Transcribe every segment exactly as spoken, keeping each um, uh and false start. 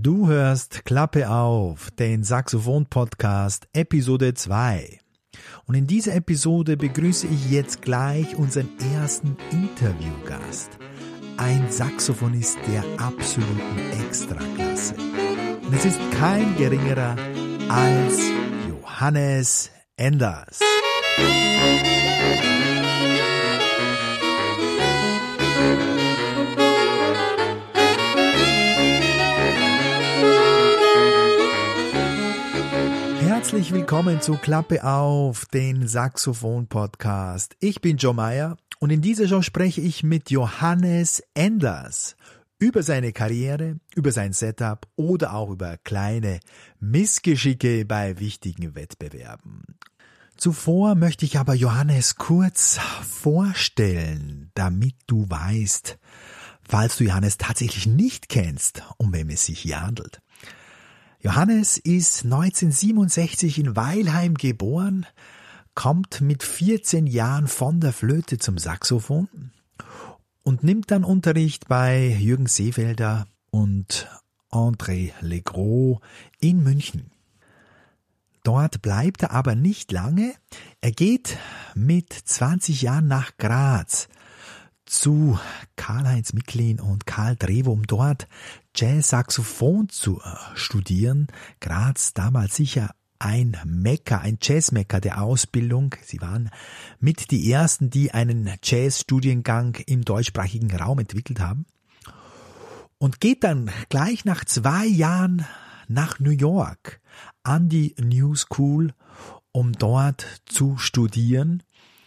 Du hörst Klappe auf, den Saxophon-Podcast Episode zwei. Und in dieser Episode begrüße ich jetzt gleich unseren ersten Interviewgast. Ein Saxophonist der absoluten Extraklasse. Und es ist kein geringerer als Johannes Enders. Herzlich willkommen zu Klappe auf, den Saxophon-Podcast. Ich bin Joe Meyer und in dieser Show spreche ich mit Johannes Enders über seine Karriere, über sein Setup oder auch über kleine Missgeschicke bei wichtigen Wettbewerben. Zuvor möchte ich aber Johannes kurz vorstellen, damit du weißt, falls du Johannes tatsächlich nicht kennst, um wen es sich hier handelt. Johannes ist neunzehnhundertsiebenundsechzig in Weilheim geboren, kommt mit vierzehn Jahren von der Flöte zum Saxophon und nimmt dann Unterricht bei Jürgen Seefelder und André Legros in München. Dort bleibt er aber nicht lange. Er geht mit zwanzig Jahren nach Graz zu Karl-Heinz Micklin und Karl Drewo, um dort Jazz-Saxophon zu studieren. Graz, damals sicher ein Mekka, ein Jazz-Mekka der Ausbildung. Sie waren mit die ersten, die einen Jazz-Studiengang im deutschsprachigen Raum entwickelt haben. Und geht dann gleich nach zwei Jahren nach New York an die New School, um dort zu studieren.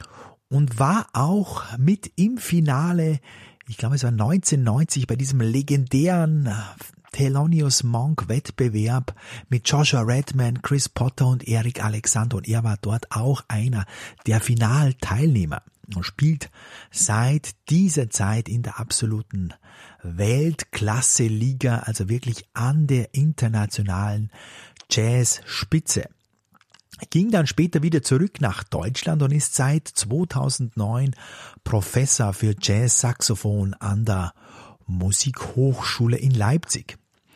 Und war auch mit im Finale, ich glaube es war neunzehnhundertneunzig, bei diesem legendären Thelonious Monk Wettbewerb mit Joshua Redman, Chris Potter und Eric Alexander. Und er war dort auch einer der Finalteilnehmer und spielt seit dieser Zeit in der absoluten Weltklasse-Liga, also wirklich an der internationalen Jazzspitze. Ging dann später wieder zurück nach Deutschland und ist seit zweitausendneun Professor für Jazz-Saxophon an der Musikhochschule in Leipzig.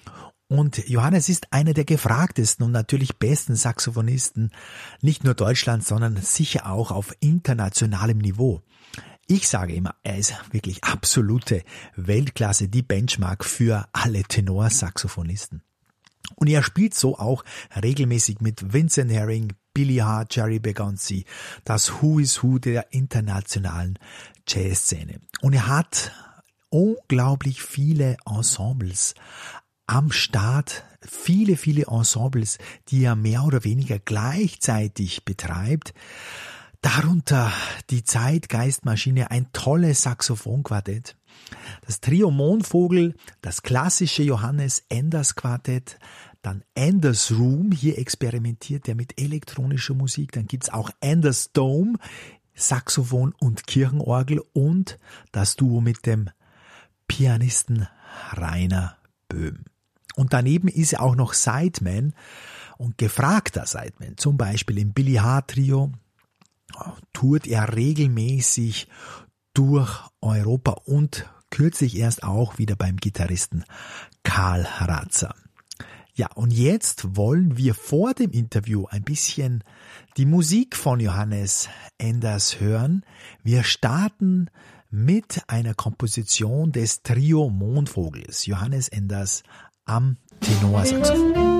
Und Johannes ist einer der gefragtesten und natürlich besten Saxophonisten, nicht nur Deutschlands, sondern sicher auch auf internationalem Niveau. Ich sage immer, er ist wirklich absolute Weltklasse, die Benchmark für alle Tenorsaxophonisten. Und er spielt so auch regelmäßig mit Vincent Herring, Billy Hart, Jerry Begonzi, das Who is Who der internationalen Jazzszene. Und er hat unglaublich viele Ensembles am Start, viele, viele Ensembles, die er mehr oder weniger gleichzeitig betreibt. Darunter die Zeitgeistmaschine, ein tolles Saxophonquartett. Das Trio Mondvogel, das klassische Johannes Enders Quartett, dann Enders Room, hier experimentiert er mit elektronischer Musik, dann gibt's auch Enders Dome, Saxophon und Kirchenorgel und das Duo mit dem Pianisten Rainer Böhm. Und daneben ist er auch noch Sideman und gefragter Sideman, zum Beispiel im Billy Hart Trio tourt er regelmäßig durch Europa und kürzlich erst auch wieder beim Gitarristen Karl Ratzer. Ja, und jetzt wollen wir vor dem Interview ein bisschen die Musik von Johannes Enders hören. Wir starten mit einer Komposition des Trio Mondvogels, Johannes Enders am Tenorsaxophon.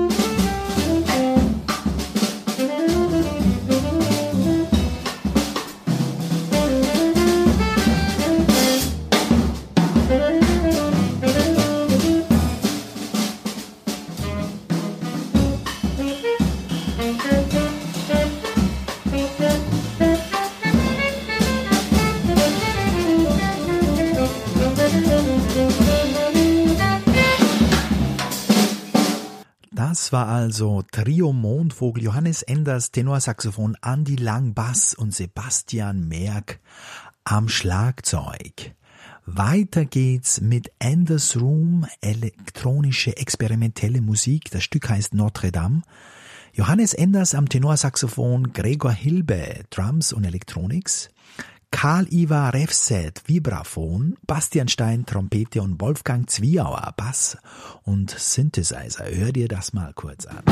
Das war also Trio Mondvogel, Johannes Enders Tenorsaxophon, Andi Lang Bass und Sebastian Merck am Schlagzeug. Weiter geht's mit Enders Room, elektronische experimentelle Musik. Das Stück heißt Notre Dame. Johannes Enders am Tenorsaxophon, Gregor Hilbe, Drums und Electronics. Karl-Ivar Refseth, Vibraphon, Bastian Stein, Trompete und Wolfgang Zwiauer, Bass und Synthesizer. Hör dir das mal kurz an.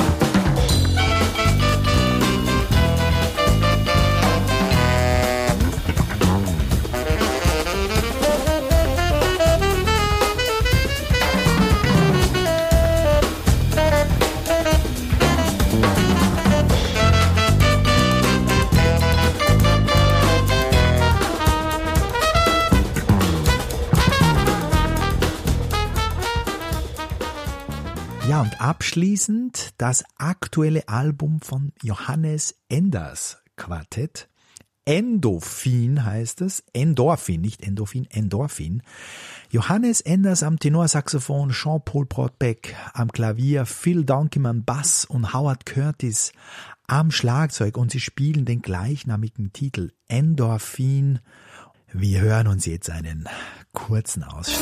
Ja, und abschließend das aktuelle Album von Johannes Enders Quartett. Endorphin heißt es. Endorphin, nicht Endorphin, Endorphin. Johannes Enders am Tenorsaxophon, Jean-Paul Brodbeck am Klavier, Phil Donkeman Bass und Howard Curtis am Schlagzeug. Und sie spielen den gleichnamigen Titel Endorphin. Wir hören uns jetzt einen kurzen Ausschnitt.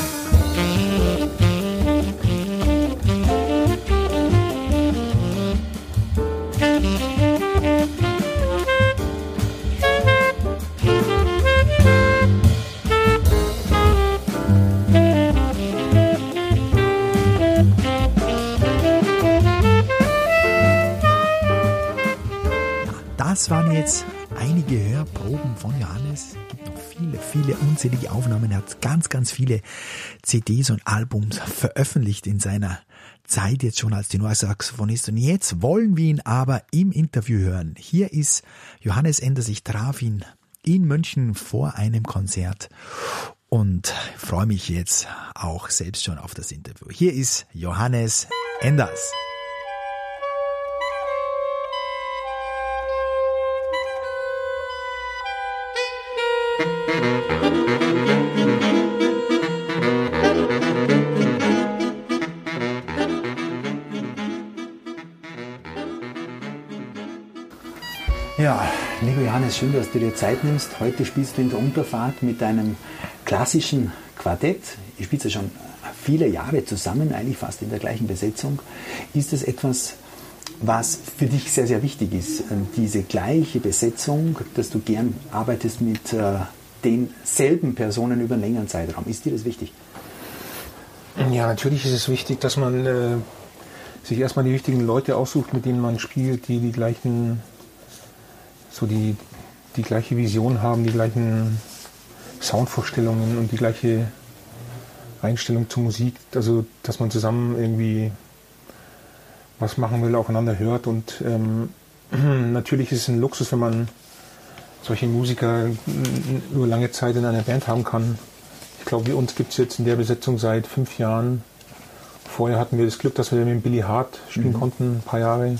Das waren jetzt einige Hörproben von Johannes. Es gibt noch viele, viele unzählige Aufnahmen. Er hat ganz, ganz viele C Ds und Albums veröffentlicht in seiner Zeit jetzt schon als Tenorsaxophonist. Und jetzt wollen wir ihn aber im Interview hören. Hier ist Johannes Enders. Ich traf ihn in München vor einem Konzert und freue mich jetzt auch selbst schon auf das Interview. Hier ist Johannes Enders. Ja, lieber Johannes, schön, dass du dir Zeit nimmst. Heute spielst du in der Unterfahrt mit deinem klassischen Quartett. Ihr spielt ja schon viele Jahre zusammen, eigentlich fast in der gleichen Besetzung. Ist das etwas, was für dich sehr, sehr wichtig ist, diese gleiche Besetzung, dass du gern arbeitest mit äh, denselben Personen über einen längeren Zeitraum? Ist dir das wichtig? Ja, natürlich ist es wichtig, dass man äh, sich erstmal die richtigen Leute aussucht, mit denen man spielt, die die gleichen, so die, die gleiche Vision haben, die gleichen Soundvorstellungen und die gleiche Einstellung zur Musik. Also, dass man zusammen irgendwie was machen will, aufeinander hört. Und ähm, natürlich ist es ein Luxus, wenn man solche Musiker über lange Zeit in einer Band haben kann. Ich glaube, wie uns gibt es jetzt in der Besetzung seit fünf Jahren. Vorher hatten wir das Glück, dass wir mit Billy Hart spielen mhm. konnten, ein paar Jahre.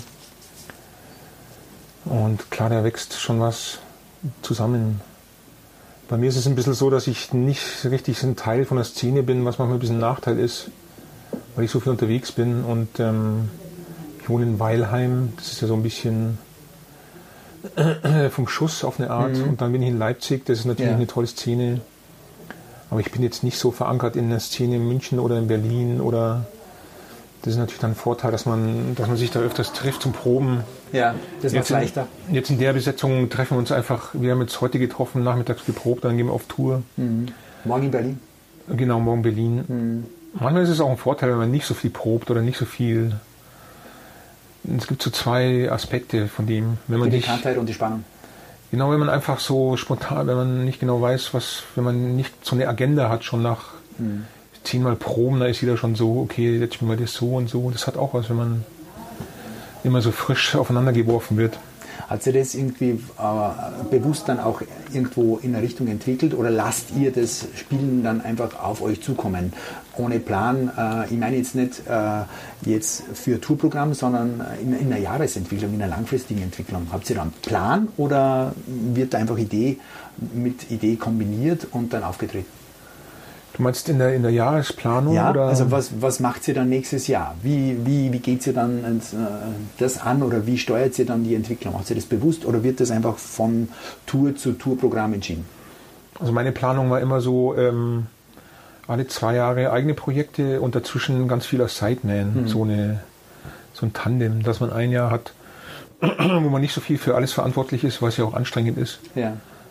Und klar, da wächst schon was zusammen. Bei mir ist es ein bisschen so, dass ich nicht richtig ein Teil von der Szene bin, was manchmal ein bisschen ein Nachteil ist, weil ich so viel unterwegs bin. Und ähm, ich wohne in Weilheim, das ist ja so ein bisschen äh, vom Schuss auf eine Art. Mhm. Und dann bin ich in Leipzig, das ist natürlich ja. eine tolle Szene. Aber ich bin jetzt nicht so verankert in der Szene in München oder in Berlin oder... Das ist natürlich dann ein Vorteil, dass man, dass man sich da öfters trifft zum Proben. Ja, das macht leichter. Jetzt in der Besetzung treffen wir uns einfach, wir haben jetzt heute getroffen, nachmittags geprobt, dann gehen wir auf Tour. Mhm. Morgen in Berlin? Genau, morgen Berlin. Mhm. Manchmal ist es auch ein Vorteil, wenn man nicht so viel probt oder nicht so viel. Es gibt so zwei Aspekte von dem. Wenn man die nicht, Bekanntheit und die Spannung. Genau, wenn man einfach so spontan, wenn man nicht genau weiß, was, wenn man nicht so eine Agenda hat, schon nach... Mhm. zehnmal proben, da ist jeder schon so, okay, jetzt spielen wir das so und so. Das hat auch was, wenn man immer so frisch aufeinander geworfen wird. Hat sich das irgendwie äh, bewusst dann auch irgendwo in eine Richtung entwickelt oder lasst ihr das Spielen dann einfach auf euch zukommen? Ohne Plan, äh, ich meine jetzt nicht äh, jetzt für Tourprogramm, sondern in, in einer Jahresentwicklung, in einer langfristigen Entwicklung. Habt ihr da einen Plan oder wird da einfach Idee mit Idee kombiniert und dann aufgetreten? Du meinst in der, in der Jahresplanung? Ja, oder? Also was, was macht ihr dann nächstes Jahr? Wie, wie, wie geht ihr dann ins, äh, das an oder wie steuert ihr dann die Entwicklung? Macht ihr das bewusst oder wird das einfach von Tour zu Tourprogramm entschieden? Also meine Planung war immer so, ähm, alle zwei Jahre eigene Projekte und dazwischen ganz viel als Sideman, hm. so, eine, so ein Tandem, dass man ein Jahr hat, wo man nicht so viel für alles verantwortlich ist, was ja auch anstrengend ist. Ja.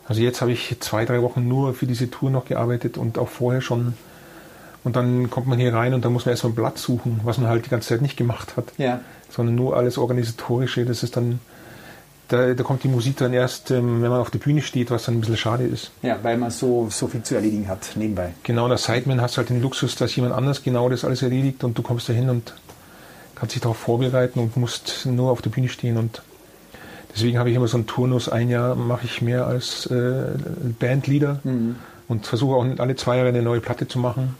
Also jetzt habe ich zwei, drei Wochen nur für diese Tour noch gearbeitet und auch vorher schon. Und dann kommt man hier rein und dann muss man erstmal ein Blatt suchen, was man halt die ganze Zeit nicht gemacht hat. Ja. Sondern nur alles Organisatorische. Das ist dann, da, da kommt die Musik dann erst, ähm, wenn man auf der Bühne steht, was dann ein bisschen schade ist. Ja, weil man so, so viel zu erledigen hat nebenbei. Genau, als Sideman hast du halt den Luxus, dass jemand anders genau das alles erledigt und du kommst da hin und kannst dich darauf vorbereiten und musst nur auf der Bühne stehen. Und deswegen habe ich immer so einen Turnus, ein Jahr mache ich mehr als äh, Bandleader mhm. und versuche auch alle zwei Jahre eine neue Platte zu machen.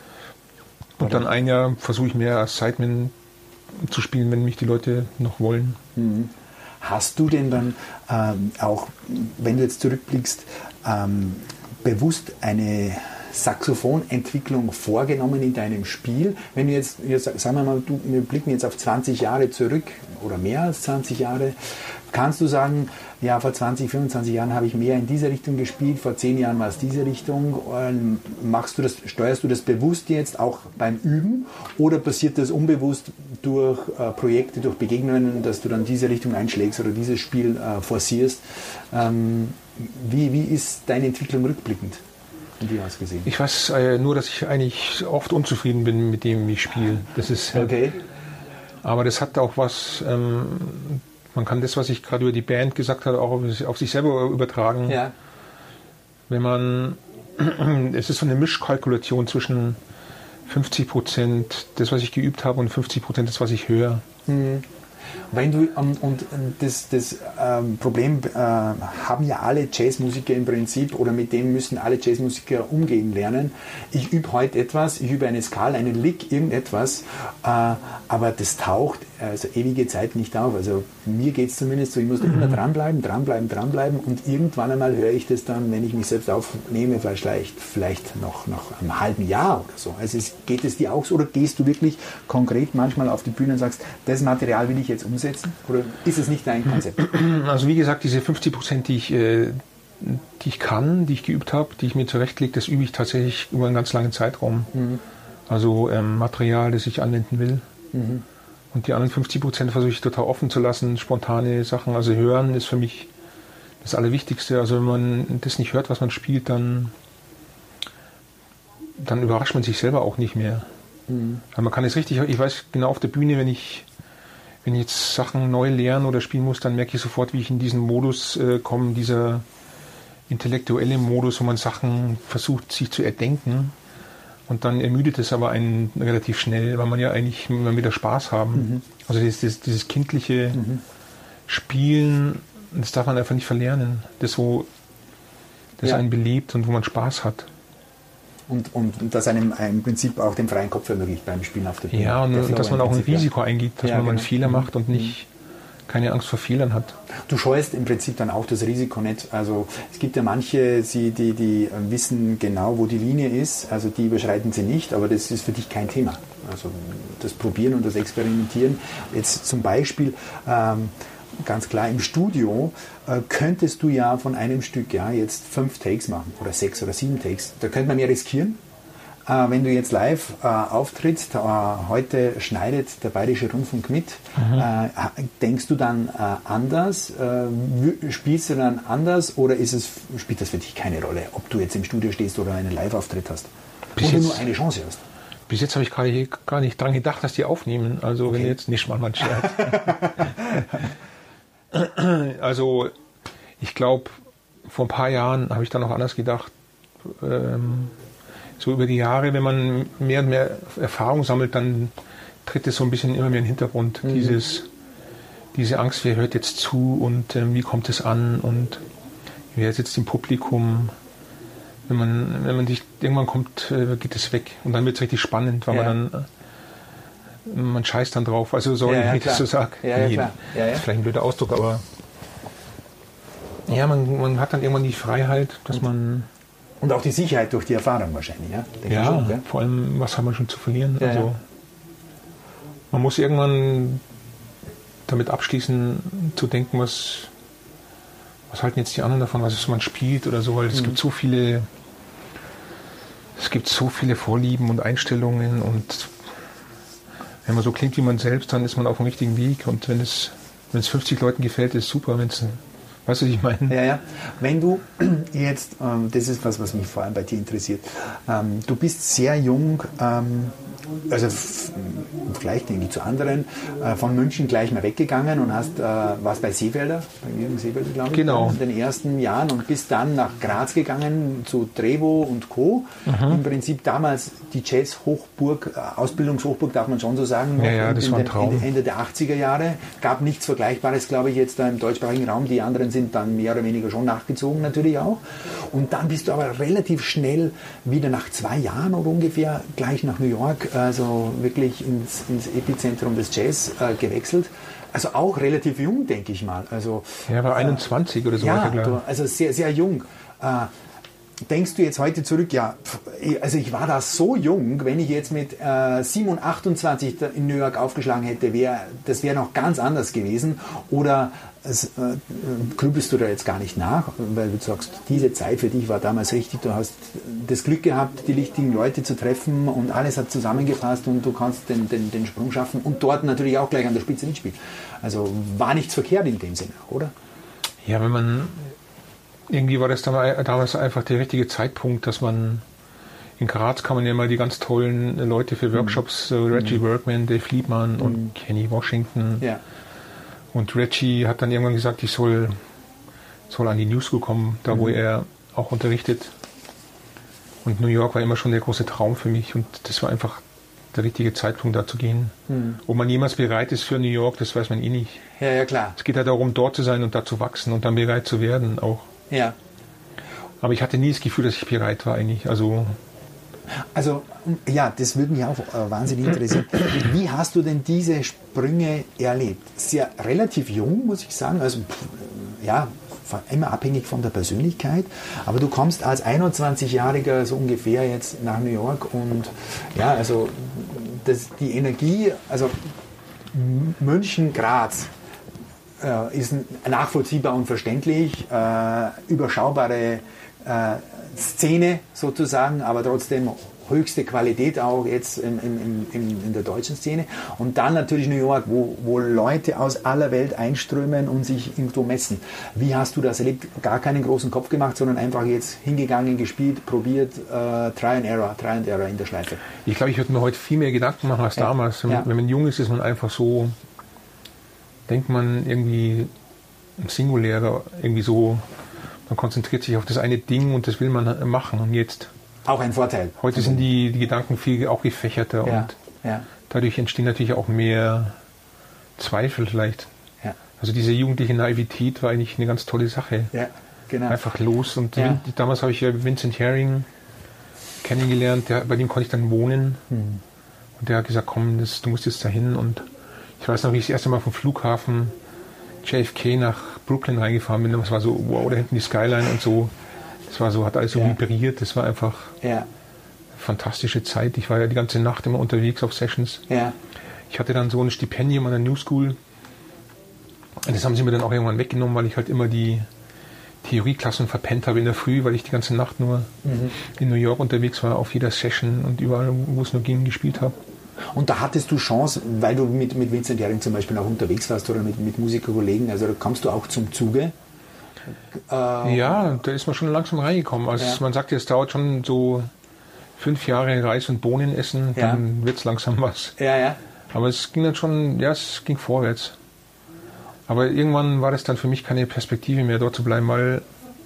Und dann ein Jahr versuche ich mehr als Sideman zu spielen, wenn mich die Leute noch wollen. Mhm. Hast du denn dann ähm, auch, wenn du jetzt zurückblickst, ähm, bewusst eine Saxophonentwicklung vorgenommen in deinem Spiel? Wenn du jetzt, jetzt sagen wir mal, du, wir blicken jetzt auf zwanzig Jahre zurück oder mehr als zwanzig Jahre, kannst du sagen, ja, vor zwanzig, fünfundzwanzig Jahren habe ich mehr in diese Richtung gespielt, vor zehn Jahren war es diese Richtung. Machst du das, steuerst du das bewusst jetzt auch beim Üben oder passiert das unbewusst durch äh, Projekte, durch Begegnungen, dass du dann diese Richtung einschlägst oder dieses Spiel äh, forcierst? Ähm, wie, wie ist deine Entwicklung rückblickend? Wie hast du gesehen? Ich weiß äh, nur, dass ich eigentlich oft unzufrieden bin mit dem, wie ich spiele. Das ist, äh, okay. Aber das hat auch was, ähm, man kann das, was ich gerade über die Band gesagt habe, auch auf, auf sich selber übertragen. Ja. Wenn man, es ist so eine Mischkalkulation zwischen fünfzig Prozent das, was ich geübt habe und fünfzig Prozent das, was ich höre. Mhm. Wenn du, um, und das, das ähm, Problem äh, haben ja alle Jazzmusiker im Prinzip oder mit dem müssen alle Jazzmusiker umgehen lernen. Ich übe heute etwas, ich übe eine Skala, einen Lick, irgendetwas, äh, aber das taucht also ewige Zeit nicht auf. Also mir geht es zumindest so, ich muss immer dranbleiben, dranbleiben, dranbleiben und irgendwann einmal höre ich das dann, wenn ich mich selbst aufnehme, vielleicht, vielleicht noch nach einem halben Jahr oder so. Also es, geht es dir auch so oder gehst du wirklich konkret manchmal auf die Bühne und sagst, das Material will ich jetzt umsetzen? Oder ist es nicht dein Konzept? Also wie gesagt, diese fünfzig Prozent, die ich, äh, die ich kann, die ich geübt habe, die ich mir zurechtlege, das übe ich tatsächlich über einen ganz langen Zeitraum. Mhm. Also ähm, Material, das ich anwenden will. Mhm. Und die anderen fünfzig Prozent versuche ich total offen zu lassen, spontane Sachen. Also hören ist für mich das Allerwichtigste. Also wenn man das nicht hört, was man spielt, dann, dann überrascht man sich selber auch nicht mehr. Mhm. Also man kann es richtig, ich weiß genau auf der Bühne, wenn ich Wenn ich jetzt Sachen neu lernen oder spielen muss, dann merke ich sofort, wie ich in diesen Modus äh, komme, dieser intellektuelle Modus, wo man Sachen versucht, sich zu erdenken. Und dann ermüdet es aber einen relativ schnell, weil man ja eigentlich immer wieder Spaß haben. Mhm. Also dieses, dieses, dieses kindliche mhm. Spielen, das darf man einfach nicht verlernen. Das, wo das ja. einen belebt und wo man Spaß hat. Und, und, und das einem im Prinzip auch den freien Kopf ermöglicht beim Spielen auf der Bühne. Ja, und, und dass man auch ein Risiko eingeht, dass ja, man mal genau. einen Fehler macht und nicht keine Angst vor Fehlern hat. Du scheust im Prinzip dann auch das Risiko nicht. Also es gibt ja manche, die, die, die wissen genau, wo die Linie ist, also die überschreiten sie nicht, aber das ist für dich kein Thema. Also das Probieren und das Experimentieren. Jetzt zum Beispiel ähm, ganz klar im Studio äh, könntest du ja von einem Stück ja jetzt fünf Takes machen oder sechs oder sieben Takes. Da könnte man mehr riskieren. Äh, wenn du jetzt live äh, auftrittst, äh, heute schneidet der Bayerische Rundfunk mit, mhm. äh, denkst du dann äh, anders? Äh, spielst du dann anders oder ist es, spielt das für dich keine Rolle, ob du jetzt im Studio stehst oder einen Live-Auftritt hast? Bis oder nur eine Chance hast? Bis jetzt habe ich gerade gar nicht dran gedacht, dass die aufnehmen. Also okay. Wenn jetzt nicht mal man Scherz. Also ich glaube, vor ein paar Jahren habe ich da noch anders gedacht. Ähm, so über die Jahre, wenn man mehr und mehr Erfahrung sammelt, dann tritt es so ein bisschen immer mehr in den Hintergrund. Mhm. Dieses, diese Angst, wer hört jetzt zu und ähm, wie kommt es an und wer sitzt im Publikum. Wenn man, wenn man sich, irgendwann kommt, äh, geht es weg und dann wird es richtig spannend, weil ja. man dann man scheißt dann drauf. Also sorry, ja, ja, wenn ich das so sage. Ja, ja, klar. Ja, ja. Das ist vielleicht ein blöder Ausdruck, aber ja, man, man hat dann irgendwann die Freiheit, dass und, man... Und auch die Sicherheit durch die Erfahrung wahrscheinlich, ja? Denke ja, schon, ja, vor allem, was hat man schon zu verlieren? Ja, also ja. Man muss irgendwann damit abschließen, zu denken, was, was halten jetzt die anderen davon, was man spielt oder so, weil es mhm. gibt so viele es gibt so viele Vorlieben und Einstellungen und wenn man so klingt wie man selbst, dann ist man auf dem richtigen Weg und wenn es, wenn es fünfzig Leuten gefällt, ist super, wenn es Weißt du, wie ich meine? Ja, ja. Wenn du jetzt, ähm, das ist was, was mich vor allem bei dir interessiert, ähm, du bist sehr jung, ähm, also f- im Vergleich denke ich zu anderen, äh, von München gleich mal weggegangen und hast, äh, warst bei Seefelder, bei Jürgen Seefelder, glaube ich, genau. in den ersten Jahren und bist dann nach Graz gegangen zu Trevo und Co. Mhm. Im Prinzip damals die Jazz-Hochburg, äh, Ausbildungshochburg, darf man schon so sagen, ja, ja, das in war ein den, Traum. Ende, Ende der achtziger Jahre. Gab nichts Vergleichbares, glaube ich, jetzt da im deutschsprachigen Raum. Die anderen sind dann mehr oder weniger schon nachgezogen, natürlich auch. Und dann bist du aber relativ schnell wieder nach zwei Jahren oder ungefähr gleich nach New York, also wirklich ins, ins Epizentrum des Jazz äh, gewechselt. Also auch relativ jung, denke ich mal. Also, ja, war einundzwanzig äh, oder so. Ja, du, also sehr, sehr jung. Äh, Denkst du jetzt heute zurück, ja, also ich war da so jung, wenn ich jetzt mit äh, siebenundzwanzig, achtundzwanzig in New York aufgeschlagen hätte, wär, das wäre noch ganz anders gewesen. Oder äh, grübelst du da jetzt gar nicht nach, weil du sagst, diese Zeit für dich war damals richtig, du hast das Glück gehabt, die richtigen Leute zu treffen und alles hat zusammengepasst und du kannst den, den, den Sprung schaffen und dort natürlich auch gleich an der Spitze mitspielen. Also war nichts verkehrt in dem Sinne, oder? Ja, wenn man... Irgendwie war das damals einfach der richtige Zeitpunkt, dass man in Graz kann man ja mal die ganz tollen Leute für Workshops, so Reggie Workman, Dave Liebman mhm. und Kenny Washington. Ja. Und Reggie hat dann irgendwann gesagt, ich soll, soll an die New School kommen, da mhm. wo er auch unterrichtet. Und New York war immer schon der große Traum für mich und das war einfach der richtige Zeitpunkt, da zu gehen. Mhm. Ob man jemals bereit ist für New York, das weiß man eh nicht. Ja, ja, klar. Es geht halt darum, dort zu sein und da zu wachsen und dann bereit zu werden auch. Ja. Aber ich hatte nie das Gefühl, dass ich bereit war eigentlich. Also, also ja, das würde mich auch äh, wahnsinnig interessieren. Wie hast du denn diese Sprünge erlebt? Sehr relativ jung, muss ich sagen. Also pff, ja, immer abhängig von der Persönlichkeit. Aber du kommst als einundzwanzigjähriger so ungefähr jetzt nach New York und ja, also das, die Energie, also München, Graz, ist nachvollziehbar und verständlich, äh, überschaubare äh, Szene sozusagen, aber trotzdem höchste Qualität auch jetzt in, in, in, in der deutschen Szene. Und dann natürlich New York, wo, wo Leute aus aller Welt einströmen und sich irgendwo messen. Wie hast du das erlebt? Gar keinen großen Kopf gemacht, sondern einfach jetzt hingegangen, gespielt, probiert, äh, Try and Error, Try and Error in der Schleife. Ich glaube, ich würde mir heute viel mehr Gedanken machen als ja. damals. Wenn, ja. wenn man jung ist, ist man einfach so... denkt man irgendwie singulärer, irgendwie so, man konzentriert sich auf das eine Ding und das will man machen und jetzt. Auch ein Vorteil. Heute sind die, die Gedanken viel auch gefächerter ja, und ja. dadurch entstehen natürlich auch mehr Zweifel vielleicht. Ja. Also diese jugendliche Naivität war eigentlich eine ganz tolle Sache. Ja, genau. Einfach los und ja. damals habe ich ja Vincent Herring kennengelernt, der, bei dem konnte ich dann wohnen hm. und der hat gesagt, komm, das, du musst jetzt dahin und ich weiß noch, wie ich das erste Mal vom Flughafen J F K nach Brooklyn reingefahren bin. Das war so, wow, da hinten die Skyline und so. Das war so, hat alles so ja. vibriert. Das war einfach ja. eine fantastische Zeit. Ich war ja die ganze Nacht immer unterwegs auf Sessions. Ja. Ich hatte dann so ein Stipendium an der New School. Und das haben sie mir dann auch irgendwann weggenommen, weil ich halt immer die Theorieklassen verpennt habe in der Früh, weil ich die ganze Nacht nur mhm. in New York unterwegs war, auf jeder Session und überall, wo es nur ging, gespielt habe. Und da hattest du Chance, weil du mit, mit Vincent Herring zum Beispiel auch unterwegs warst oder mit, mit Musikerkollegen, also da kommst du auch zum Zuge? Äh, ja, da ist man schon langsam reingekommen. Also ja. man sagt, es dauert schon so fünf Jahre Reis und Bohnen essen, ja. dann wird es langsam was. Ja, ja. Aber es ging dann schon, ja, es ging vorwärts. Aber irgendwann war das dann für mich keine Perspektive mehr, dort zu bleiben, weil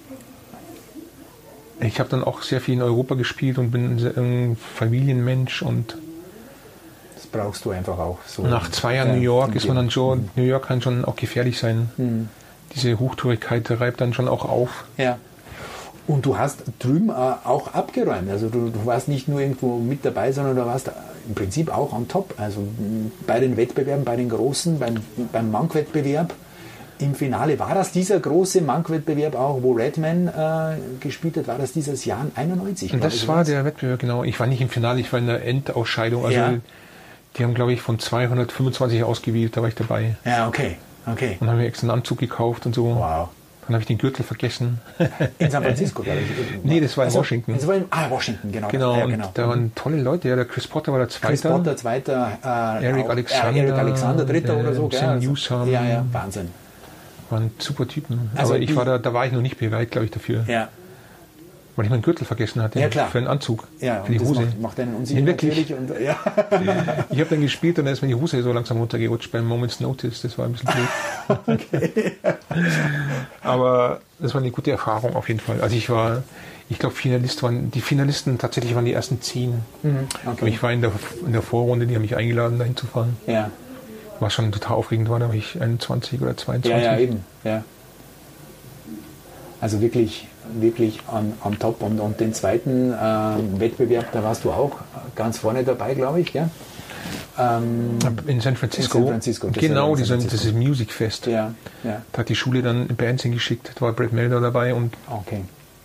ich habe dann auch sehr viel in Europa gespielt und bin ein Familienmensch und brauchst du einfach auch so. Nach zwei Jahren ja, New York ist man dann schon, mhm. New York kann schon auch gefährlich sein. Mhm. Diese Hochtourigkeit reibt dann schon auch auf. Ja. Und du hast drüben äh, auch abgeräumt. Also du, du warst nicht nur irgendwo mit dabei, sondern du warst im Prinzip auch on top. Also bei den Wettbewerben, bei den Großen, beim, beim Monk-Wettbewerb. Im Finale war das dieser große Monk-Wettbewerb auch, wo Redman äh, gespielt hat, war das dieses Jahr einundneunzig? Und das war was? Der Wettbewerb, genau. Ich war nicht im Finale, ich war in der Endausscheidung. Also ja. Die haben, glaube ich, von zweihundertfünfundzwanzig ausgewählt, da war ich dabei. Ja, okay. okay. Und dann haben wir extra einen Anzug gekauft und so. Wow. Dann habe ich den Gürtel vergessen. In San Francisco, glaube ich. Nee, das war in also, Washington. Das war in, ah, Washington, genau. Genau, ja, und genau. da waren tolle Leute. Ja, der Chris Potter war der Zweite. Chris Potter, Zweiter. Äh, Eric auch, Alexander. Äh, Eric Alexander, Dritter äh, oder so. Sam Newsom. Ja, ja, Wahnsinn. waren super Typen. Also aber ich die- war da, da war ich noch nicht bereit, glaube ich, dafür. Ja. Weil ich meinen Gürtel vergessen hatte. Ja, klar. Für einen Anzug. Ja, für die und das Hose. macht, macht einen unsicher Ja, wirklich. natürlich. Und, ja. Ich habe dann gespielt und dann ist mir die Hose so langsam runtergerutscht beim Moment's Notice. Das war ein bisschen blöd. Okay. Aber das war eine gute Erfahrung auf jeden Fall. Also ich war, ich glaube, Finalist waren, die Finalisten tatsächlich waren die ersten zehn. Mhm, Aber okay. ich war in der, in der Vorrunde, die haben mich eingeladen, dahin zu fahren. Ja. Was schon total aufregend war, da war ich einundzwanzig oder Ja, zweiundzwanzig. ja, eben. Ja. Also wirklich, wirklich am, am Top. Und, und den zweiten ähm, Wettbewerb, da warst du auch ganz vorne dabei, glaube ich. Gell? Ähm, In San Francisco. In San Francisco, das war Genau, in San dieses, Francisco. dieses Music Fest. ja, ja, Da hat die Schule dann Bands hingeschickt, da war Brad Melder dabei und okay.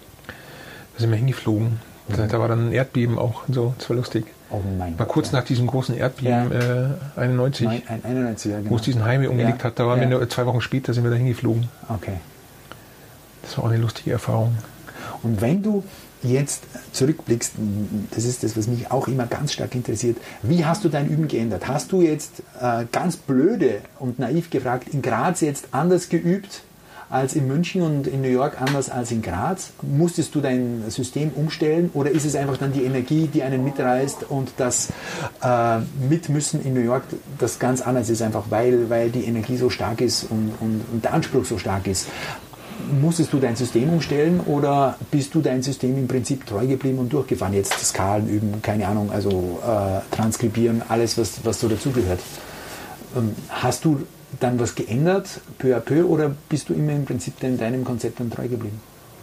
da sind wir hingeflogen. Da, da war dann ein Erdbeben auch und so, das war lustig. Oh mein War Gott. kurz ja. nach diesem großen Erdbeben, äh, einundneunzig, Nein, ein- einundneunzig, ja, genau. wo es diesen Highway umgelegt Ja, hat. Da waren ja. wir nur, zwei Wochen später sind wir da hingeflogen. Okay. Das war auch eine lustige Erfahrung. Und wenn du jetzt zurückblickst, das ist das, was mich auch immer ganz stark interessiert, wie hast du dein Üben geändert? Hast du jetzt äh, ganz blöde und naiv gefragt, in Graz jetzt anders geübt als in München und in New York anders als in Graz? Musstest du dein System umstellen oder ist es einfach dann die Energie, die einen mitreißt und das äh, Mitmüssen in New York, das ganz anders ist, einfach weil, weil die Energie so stark ist und, und, und der Anspruch so stark ist? Musstest du dein System umstellen oder bist du dein System im Prinzip treu geblieben und durchgefahren? Jetzt Skalen üben, keine Ahnung, also äh, transkribieren, alles, was, was so dazugehört. Ähm, hast du dann was geändert, peu à peu, oder bist du immer im Prinzip de- deinem Konzept dann treu geblieben?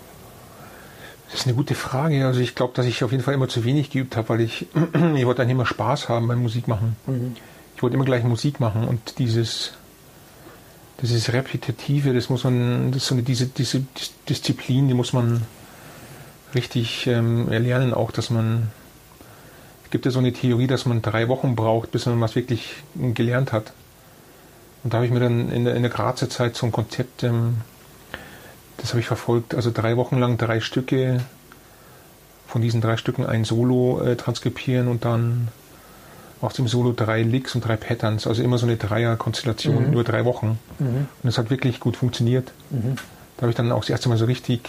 Das ist eine gute Frage. Also ich glaube, dass ich auf jeden Fall immer zu wenig geübt habe, weil ich, ich wollte eigentlich immer Spaß haben beim Musik machen. Mhm. Ich wollte immer gleich Musik machen und dieses, dieses Repetitive, das muss man, das ist so eine, diese, diese Dis- Disziplin, die muss man richtig ähm, erlernen auch, dass man, es gibt ja so eine Theorie, dass man drei Wochen braucht, bis man was wirklich gelernt hat. Und da habe ich mir dann in der, in der Grazer Zeit so ein Konzept, ähm, das habe ich verfolgt, also drei Wochen lang drei Stücke, von diesen drei Stücken ein Solo äh, transkribieren und dann auf dem Solo drei Licks und drei Patterns, also immer so eine Dreier-Konstellation Mhm. über drei Wochen. Mhm. Und das hat wirklich gut funktioniert. Mhm. Da habe ich dann auch das erste Mal so richtig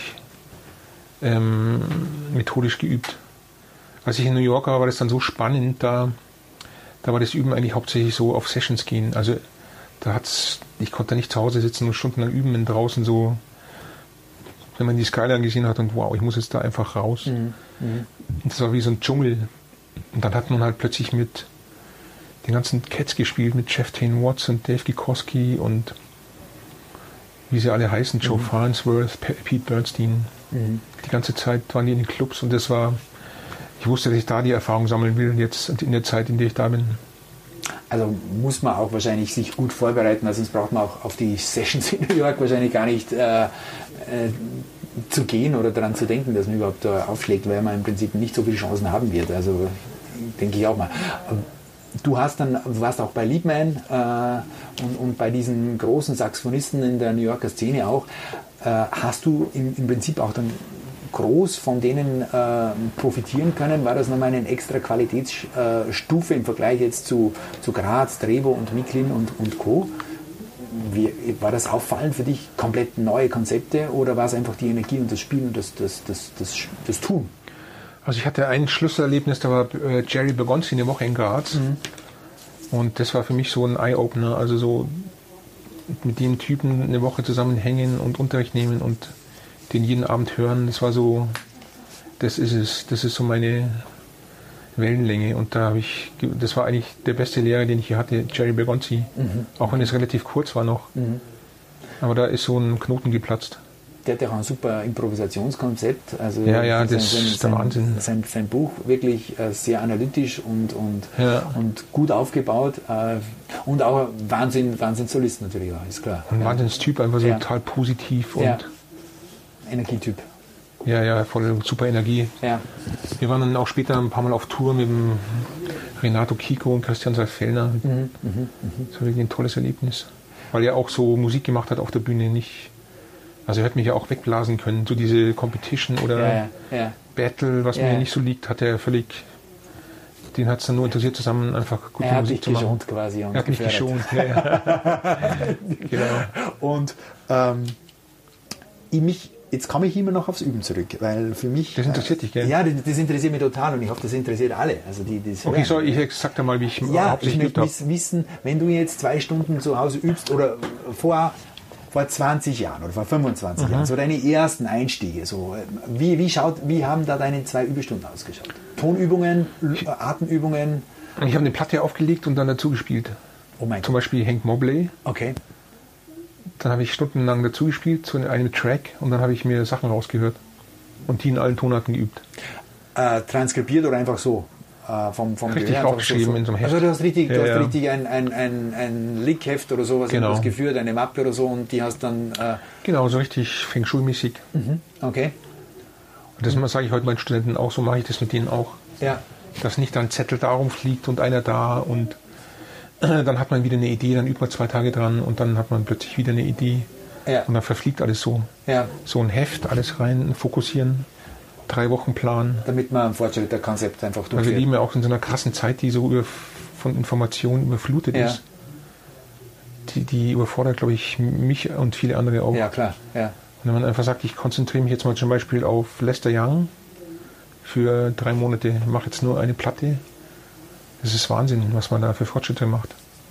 ähm, methodisch geübt. Als ich in New York war, war das dann so spannend, da, da war das Üben eigentlich hauptsächlich so auf Sessions gehen. Also da hat's, ich konnte da nicht zu Hause sitzen und stundenlang üben, wenn draußen so, wenn man die Skyline gesehen hat und wow, ich muss jetzt da einfach raus. Mhm. Mhm. Und das war wie so ein Dschungel. Und dann hat man halt plötzlich mit den ganzen Cats gespielt, mit Jeff Tain Watts und Dave Gikoski und wie sie alle heißen, Joe Mhm. Farnsworth, P- Pete Bernstein. Mhm. Die ganze Zeit waren die in den Clubs und das war, ich wusste, dass ich da die Erfahrung sammeln will, jetzt in der Zeit, in der ich da bin. Also muss man auch wahrscheinlich sich gut vorbereiten, also sonst braucht man auch auf die Sessions in New York wahrscheinlich gar nicht äh, äh, zu gehen oder daran zu denken, dass man überhaupt da aufschlägt, weil man im Prinzip nicht so viele Chancen haben wird. Also denke ich auch mal. Du hast dann, du warst auch bei Liebman äh, und, und bei diesen großen Saxophonisten in der New Yorker Szene auch. Äh, hast du im, im Prinzip auch dann groß von denen äh, profitieren können? War das nochmal eine extra Qualitätsstufe im Vergleich jetzt zu, zu Graz, Trevo und Miklin und, und Co.? Wie, war das auffallend für dich? Komplett neue Konzepte oder war es einfach die Energie und das Spielen und das, das, das, das, das Tun? Also ich hatte ein Schlüsselerlebnis, da war äh, Jerry Bergonzi eine Woche in Graz. Mhm. Und das war für mich so ein Eye-Opener, also so mit dem Typen eine Woche zusammenhängen und Unterricht nehmen und den jeden Abend hören, das war so, das ist es, das ist so meine Wellenlänge und da habe ich, das war eigentlich der beste Lehrer, den ich hier hatte, Jerry Bergonzi, Mhm. auch wenn es relativ kurz war noch, Mhm. aber da ist so ein Knoten geplatzt. Der hat ja auch ein super Improvisationskonzept. Also Ja, ja, sein, das sein, ist der sein, Wahnsinn. Sein, sein Buch wirklich äh, sehr analytisch und, und, Ja. und gut aufgebaut. Äh, und auch Wahnsinn, Wahnsinn Solist natürlich auch, ist klar. Ein ja. Wahnsinnstyp, einfach so Ja. total positiv und Ja. Energietyp. ja, ja, voll super Energie. Ja. Wir waren dann auch später ein paar Mal auf Tour mit dem Renato Kiko und Christian Salfellner. Mhm, mhm, mhm. Das war wirklich ein tolles Erlebnis. Weil er auch so Musik gemacht hat auf der Bühne, nicht. Also er hat mich ja auch wegblasen können. So diese Competition oder Ja, ja, ja. Battle, was Ja, mir ja. nicht so liegt, hat er völlig den hat es dann nur interessiert, zusammen einfach gute er Musik zu machen. Er hat dich geschont quasi. Und er hat mich geschont, ja, ja. Genau. Und ähm, ich mich, jetzt komme ich immer noch aufs Üben zurück, weil für mich... Das interessiert dich, gell? Ja, das, das interessiert mich total und ich hoffe, das interessiert alle. Also die, die okay, so, ich sag dir mal, wie ich ja, hauptsächlich ich möchte wissen, wenn du jetzt zwei Stunden zu Hause übst oder vor... vor zwanzig Jahren oder vor fünfundzwanzig mhm. Jahren, so deine ersten Einstiege, so, wie, wie, schaut, wie haben da deine zwei Übestunden ausgeschaut? Tonübungen, Atemübungen? Ich habe eine Platte aufgelegt und dann dazu gespielt. Oh mein Zum Beispiel Hank Mobley. Okay. Dann habe ich stundenlang dazu gespielt, zu einem Track, und dann habe ich mir Sachen rausgehört und die in allen Tonarten geübt. Äh, transkribiert oder einfach so? Äh, vom, vom richtig aufgeschrieben so, so. in so einem Heft. Also du hast richtig, ja, du hast ja. richtig ein, ein, ein, ein Lickheft oder sowas genau. geführt, eine Mappe oder so, und die hast dann... Äh genau, so richtig Feng Shui-mäßig. Mhm. Okay. Und das mhm. sage ich heute meinen Studenten auch, so mache ich das mit denen auch. Ja. Dass nicht ein Zettel da rumfliegt und einer da und äh, dann hat man wieder eine Idee, dann übt man zwei Tage dran und dann hat man plötzlich wieder eine Idee. Ja. Und dann verfliegt alles so. Ja. So ein Heft, alles rein, fokussieren. Drei Wochen Plan. Damit man ein Fortschritt der Konzept einfach durchführt. Weil wir leben ja auch in so einer krassen Zeit, die so über, von Informationen überflutet ja. ist. Die, die überfordert, glaube ich, mich und viele andere auch. Ja, klar. Ja. Und wenn man einfach sagt, ich konzentriere mich jetzt mal zum Beispiel auf Lester Young für drei Monate, mache jetzt nur eine Platte. Das ist Wahnsinn, was man da für Fortschritte macht.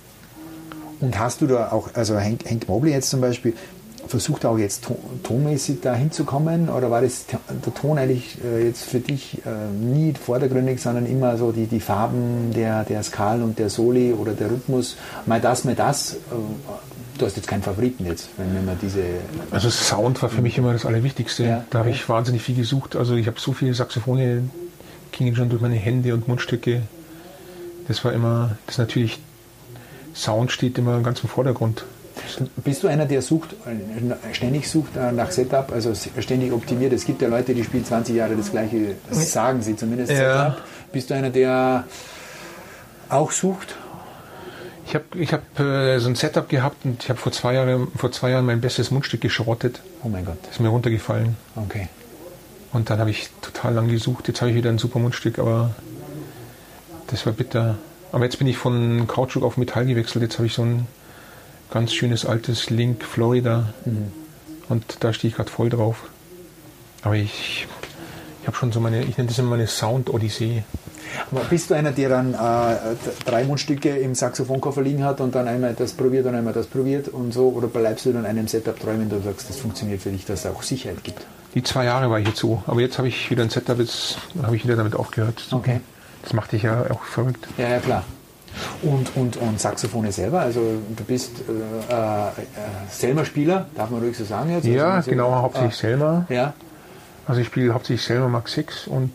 Und hast du da auch, also Hank, Hank Mobley jetzt zum Beispiel, versucht auch jetzt ton, tonmäßig da hinzukommen, oder war das der Ton eigentlich äh, jetzt für dich äh, nie vordergründig, sondern immer so die, die Farben der, der Skalen und der Soli oder der Rhythmus, mal das, mal das, äh, du hast jetzt keinen Favoriten jetzt, wenn, wenn man diese... Also Sound war für mich immer das Allerwichtigste, ja, da habe ja. ich wahnsinnig viel gesucht, also ich habe so viele Saxophone, gingen schon durch meine Hände und Mundstücke, das war immer, das natürlich, Sound steht immer ganz im Vordergrund. Bist du einer, der sucht, ständig sucht nach Setup, also ständig optimiert? Es gibt ja Leute, die spielen zwanzig Jahre das gleiche, das sagen sie zumindest, ja. Setup. Bist du einer, der auch sucht? Ich habe ich hab, äh, so ein Setup gehabt und ich habe vor, zwei Jahre, vor zwei Jahren mein bestes Mundstück geschrottet. Oh mein Gott. Ist mir runtergefallen. Okay. Und dann habe ich total lang gesucht. Jetzt habe ich wieder ein super Mundstück, aber das war bitter. Aber jetzt bin ich von Kautschuk auf Metall gewechselt. Jetzt habe ich so ein ganz schönes altes Link Florida. Mhm. Und da stehe ich gerade voll drauf. Aber ich, ich habe schon so meine, ich nenne das immer meine Sound-Odyssee. Aber bist du einer, der dann äh, drei Mundstücke im Saxophonkoffer liegen hat und dann einmal das probiert und einmal das probiert und so? Oder bleibst du dann einem Setup treu, wenn du sagst, das funktioniert für dich, dass es auch Sicherheit gibt? Die zwei Jahre war ich jetzt so. Aber jetzt habe ich wieder ein Setup, jetzt habe ich wieder damit aufgehört. Okay. Das macht dich ja auch verrückt. Ja, ja, klar. Und, und, und Saxophone selber, also du bist äh, äh, Selma-Spieler, darf man ruhig so sagen jetzt? Ja, also, genau, hauptsächlich äh, Selma. Ja. Also ich spiele hauptsächlich Selma Mark sechs und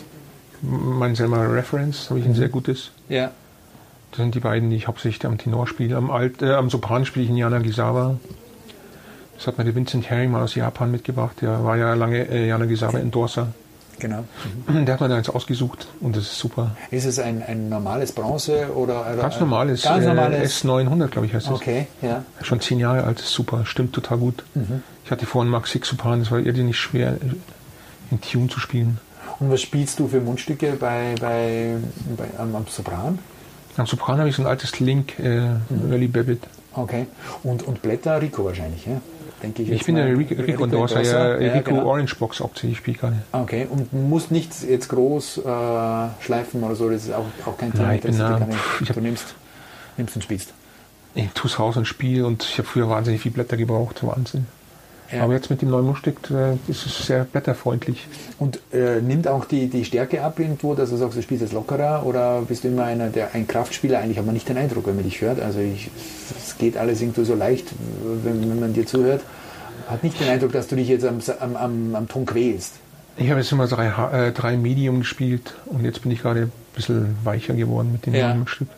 mein Selma Reference habe ich ein sehr gutes. Ja. Das sind die beiden, die ich hauptsächlich am Tenor spiele. Am, Alt, äh, am Sopran spiele ich in Yanagisawa. Das hat mir der Vincent Herring mal aus Japan mitgebracht. Der war ja lange äh, Yanagisawa-Endorser. Genau. Mhm. Der hat mir da eins ausgesucht und das ist super. Ist es ein, ein normales Bronze oder? oder ganz normales, ganz normales? Äh, S neunhundert, glaube ich, heißt es. Okay, ja. Schon zehn Jahre alt, ist super, stimmt total gut. Mhm. Ich hatte vorhin Mark sechs Sopran, das war irrsinnig schwer in Tune zu spielen. Und was spielst du für Mundstücke bei, bei, bei, am, am Sopran? Am Sopran habe ich so ein altes Link, äh, mhm. Early Babbitt. Okay. Und, und Blätter Rico wahrscheinlich, ja? Denke ich ich bin der Rico, Rico Endorser, ja, ja, Rico genau. Orange Box hauptsächlich spiele ich gerade. Okay, und musst nicht jetzt groß äh, schleifen oder so, das ist auch, auch kein Thema. Nein, ich bin da, ich, ich du nimmst, nimmst und spielst. Ich tue es raus und spiele und ich habe früher wahnsinnig viel Blätter gebraucht, Wahnsinn. Ja. Aber jetzt mit dem neuen Mundstück äh, ist es sehr blätterfreundlich. Und äh, nimmt auch die, die Stärke ab irgendwo, dass du sagst, du spielst jetzt lockerer, oder bist du immer einer, der ein Kraftspieler? Eigentlich hat man nicht den Eindruck, wenn man dich hört. Also ich, es geht alles irgendwo so leicht, wenn, wenn man dir zuhört. Hat nicht den Eindruck, dass du dich jetzt am, am, am, am Ton quälst. Ich habe jetzt immer drei, äh, drei Medium gespielt und jetzt bin ich gerade ein bisschen weicher geworden mit dem ja. neuen Mundstück.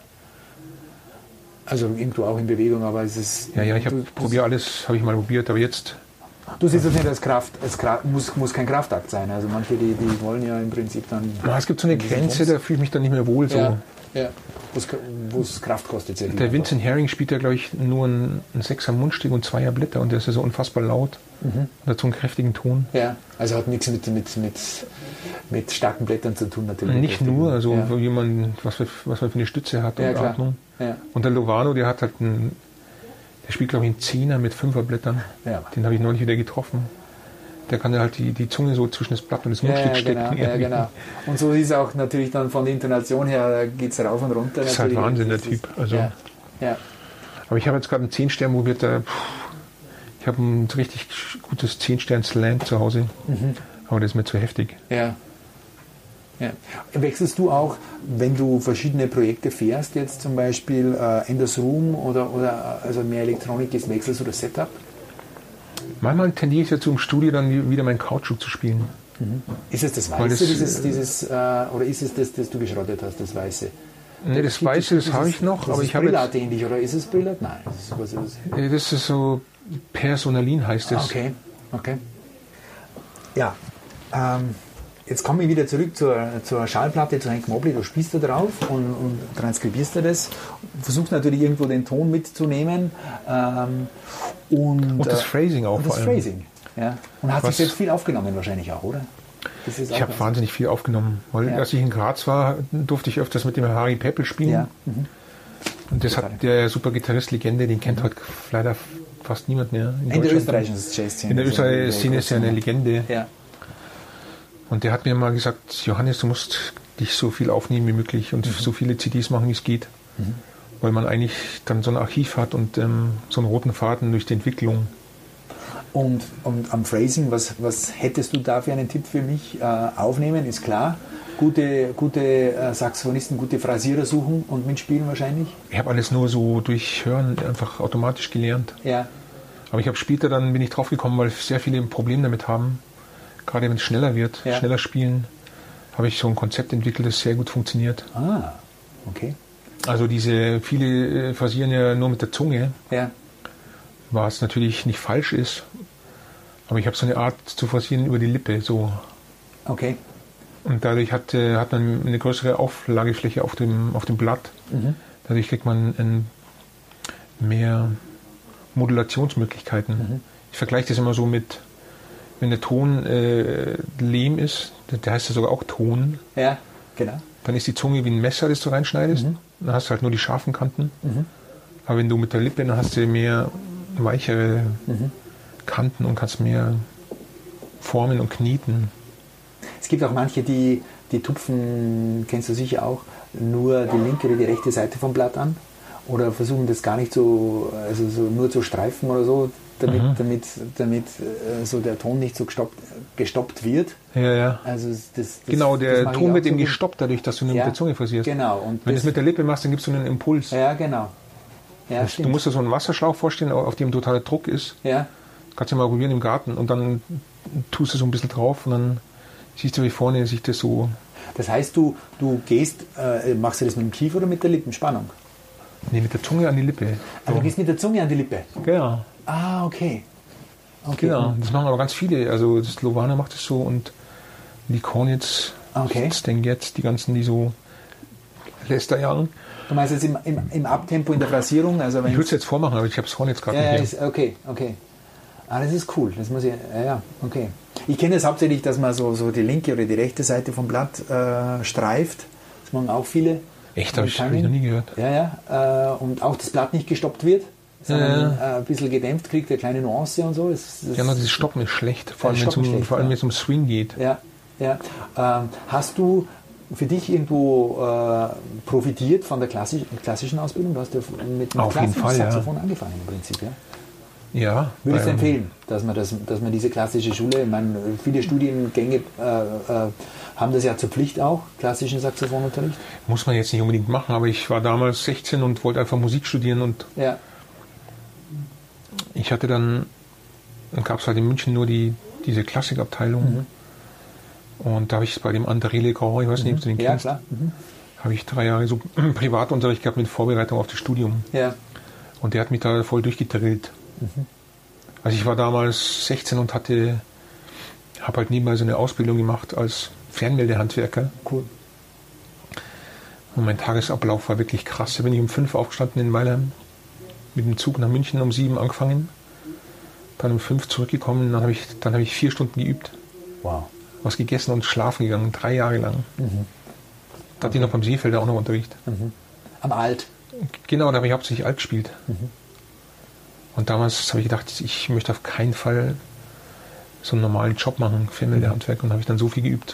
Also irgendwo auch in Bewegung, aber es ist... Ja, ja, ich probiere alles, habe ich mal probiert, aber jetzt... Du siehst das nicht als Kraft, es muss, muss kein Kraftakt sein. Also manche, die, die wollen ja im Prinzip dann... Na, es gibt so eine Grenze, da fühle ich mich dann nicht mehr wohl. So. Ja, ja. Wo es Kraft kostet. Sehr der Vincent Herring spielt ja, glaube ich, nur ein, ein Sechser Mundstück und Zweier Blätter und der ist ja so unfassbar laut. Mhm. Und hat so einen kräftigen Ton. Ja, also hat nichts mit, mit, mit mit starken Blättern zu tun natürlich. Nicht nur, also ja. wie man, was, was man für eine Stütze hat ja, und klar. Atmung. Ja. Und der Lovano, der hat halt einen, der spielt glaube ich einen Zehner mit Fünferblättern. Ja. Den habe ich neulich wieder getroffen. Der kann ja halt die, die Zunge so zwischen das Blatt und das Mundstück ja, stecken. Genau, ja, genau. Und so ist es auch natürlich dann von der Intonation her, geht es rauf und runter. Das ist halt Wahnsinn, der Typ. Also, ja. Ja. Aber ich habe jetzt gerade einen zehn Stern, wo wird der, ich habe ein richtig gutes zehn Stern Slam zu Hause. Mhm. Aber das ist mir zu heftig. Ja. Ja. Wechselst du auch, wenn du verschiedene Projekte fährst, jetzt zum Beispiel äh, Enders Room oder, oder also mehr Elektronik ist, wechselst du das Setup? Manchmal tendiere ich dazu, im Studio dann wieder meinen Kautschuk zu spielen. Mhm. Ist es das Weiße, das, dieses, dieses, äh, oder ist es das, das du geschrottet hast, das Weiße? Ne, das Weiße, das habe ich noch. Das aber ist ich habe Brillat ähnlich, oder ist es Brillat? Nein. Das ist, was ist das? Das ist so Personalin heißt es. Okay, okay. Ja, ähm, jetzt komme ich wieder zurück zur, zur Schallplatte, zu Hank Mobley. Du spielst da drauf und, und transkribierst da das. Versuchst natürlich irgendwo den Ton mitzunehmen. Ähm, und, und das äh, Phrasing auch und vor das allem. Phrasing, ja. Und hat Was, sich jetzt viel aufgenommen wahrscheinlich auch, oder? Das ist ich habe wahnsinnig viel aufgenommen. Weil ja. als ich in Graz war, durfte ich öfters mit dem Harry Peppel spielen. Ja. Mhm. Und das hat der super Gitarrist Legende, den kennt mhm. heute leider fast niemand mehr. In, in der österreichischen Jazzszene. In der österreichischen Szene ist ja eine Legende. Ja. Und der hat mir mal gesagt, Johannes, du musst dich so viel aufnehmen wie möglich und mhm. so viele C Ds machen, wie es geht. Mhm. Weil man eigentlich dann so ein Archiv hat und ähm, so einen roten Faden durch die Entwicklung. Und, und am Phrasing, was, was hättest du da für einen Tipp für mich? Äh, aufnehmen ist klar. Gute, gute äh, Saxophonisten, gute Phrasierer suchen und mitspielen wahrscheinlich? Ich habe alles nur so durch Hören einfach automatisch gelernt. Ja. Aber ich habe später dann, bin ich drauf gekommen, weil sehr viele ein Problem damit haben, gerade wenn es schneller wird, ja. schneller spielen, habe ich so ein Konzept entwickelt, das sehr gut funktioniert. Ah, okay. Also diese, viele phrasieren ja nur mit der Zunge, ja. was natürlich nicht falsch ist, aber ich habe so eine Art zu phrasieren über die Lippe, so. Okay. Und dadurch hat, hat man eine größere Auflagefläche auf dem, auf dem Blatt. Mhm. Dadurch kriegt man ein, mehr Modulationsmöglichkeiten. Mhm. Ich vergleiche das immer so mit, wenn der Ton äh, Lehm ist, der heißt ja sogar auch Ton. Ja, genau. Dann ist die Zunge wie ein Messer, das du reinschneidest. Mhm. Dann hast du halt nur die scharfen Kanten. Mhm. Aber wenn du mit der Lippe, dann hast du mehr weichere mhm. Kanten und kannst mehr formen und kneten. Es gibt auch manche, die, die tupfen, kennst du sicher auch, nur die linke oder die rechte Seite vom Blatt an. Oder versuchen das gar nicht so, also so nur zu streifen oder so, damit, mhm. damit, damit äh, so der Ton nicht so gestoppt, gestoppt wird. Ja, ja. Also das, das, genau, der das Ton wird eben so gestoppt, dadurch, dass du nur ja, mit der Zunge phrasierst. Genau. Und wenn du es mit der Lippe machst, dann gibst du einen Impuls. Ja, genau. Ja, du musst dir so einen Wasserschlauch vorstellen, auf dem totaler Druck ist. Ja. Kannst du mal probieren im Garten und dann tust du so ein bisschen drauf und dann siehst du, wie vorne sich das so... Das heißt, du, du gehst, äh, machst du das mit dem Kiefer oder mit der Lippenspannung? Nee, mit der Zunge an die Lippe. So. Ah, du gehst mit der Zunge an die Lippe? Genau. Ah, okay. okay. Genau, das machen aber ganz viele. Also das Lovana macht das so und die Kornitz, okay. Steng jetzt, die ganzen, die so Lester Young. Du meinst jetzt im, im, im Abtempo, in der Phrasierung? Also ich würde es jetzt vormachen, aber ich habe es vorhin jetzt gerade ja, nicht. Ja, okay, okay. Ah, das ist cool. Das muss ich, ja, ja, okay. Ich kenne es hauptsächlich, dass man so, so die linke oder die rechte Seite vom Blatt äh, streift. Das machen auch viele. Echt? Habe ich, hab ich noch nie gehört. Ja, ja. Äh, und auch das Blatt nicht gestoppt wird, sondern ja. äh, ein bisschen gedämpft kriegt, eine kleine Nuance und so. Das, das ja, no, dieses Stoppen ist schlecht, vor allem, ja, wenn schlecht, es um, ja. um Swing geht. Ja, ja. Ähm, hast du für dich irgendwo äh, profitiert von der klassisch, klassischen Ausbildung? Du hast ja mit dem klassischen Saxophon ja. angefangen im Prinzip, ja? Ja. Würdest du empfehlen, dass man, das, dass man diese klassische Schule, ich meine, viele Studiengänge äh, äh, haben das ja zur Pflicht auch, klassischen Saxophonunterricht? Muss man jetzt nicht unbedingt machen, aber ich war damals sechzehn und wollte einfach Musik studieren und ja. ich hatte dann, dann gab es halt in München nur die, diese Klassikabteilung mhm. und da habe ich bei dem André Legrand, ich weiß nicht, ob du den ja, kennst, klar. Mhm. habe ich drei Jahre so Privatunterricht gehabt mit Vorbereitung auf das Studium. Ja. Und der hat mich da voll durchgedrillt. Mhm. Also ich war damals sechzehn und hatte, habe halt nebenbei so eine Ausbildung gemacht als Fernmeldehandwerker. Cool. Und mein Tagesablauf war wirklich krass. Da bin ich um fünf aufgestanden in Weilheim, mit dem Zug nach München um sieben angefangen, dann um fünf zurückgekommen, dann habe ich, dann habe ich vier Stunden geübt. Wow. was gegessen und schlafen gegangen, drei Jahre lang. Mhm. Da hatte ich noch beim Seefelder auch noch Unterricht. Mhm. Am Alt? Genau, da habe ich hauptsächlich Alt gespielt. Mhm. Und damals habe ich gedacht, ich möchte auf keinen Fall so einen normalen Job machen, Filmmeldehandwerk, und habe ich dann so viel geübt.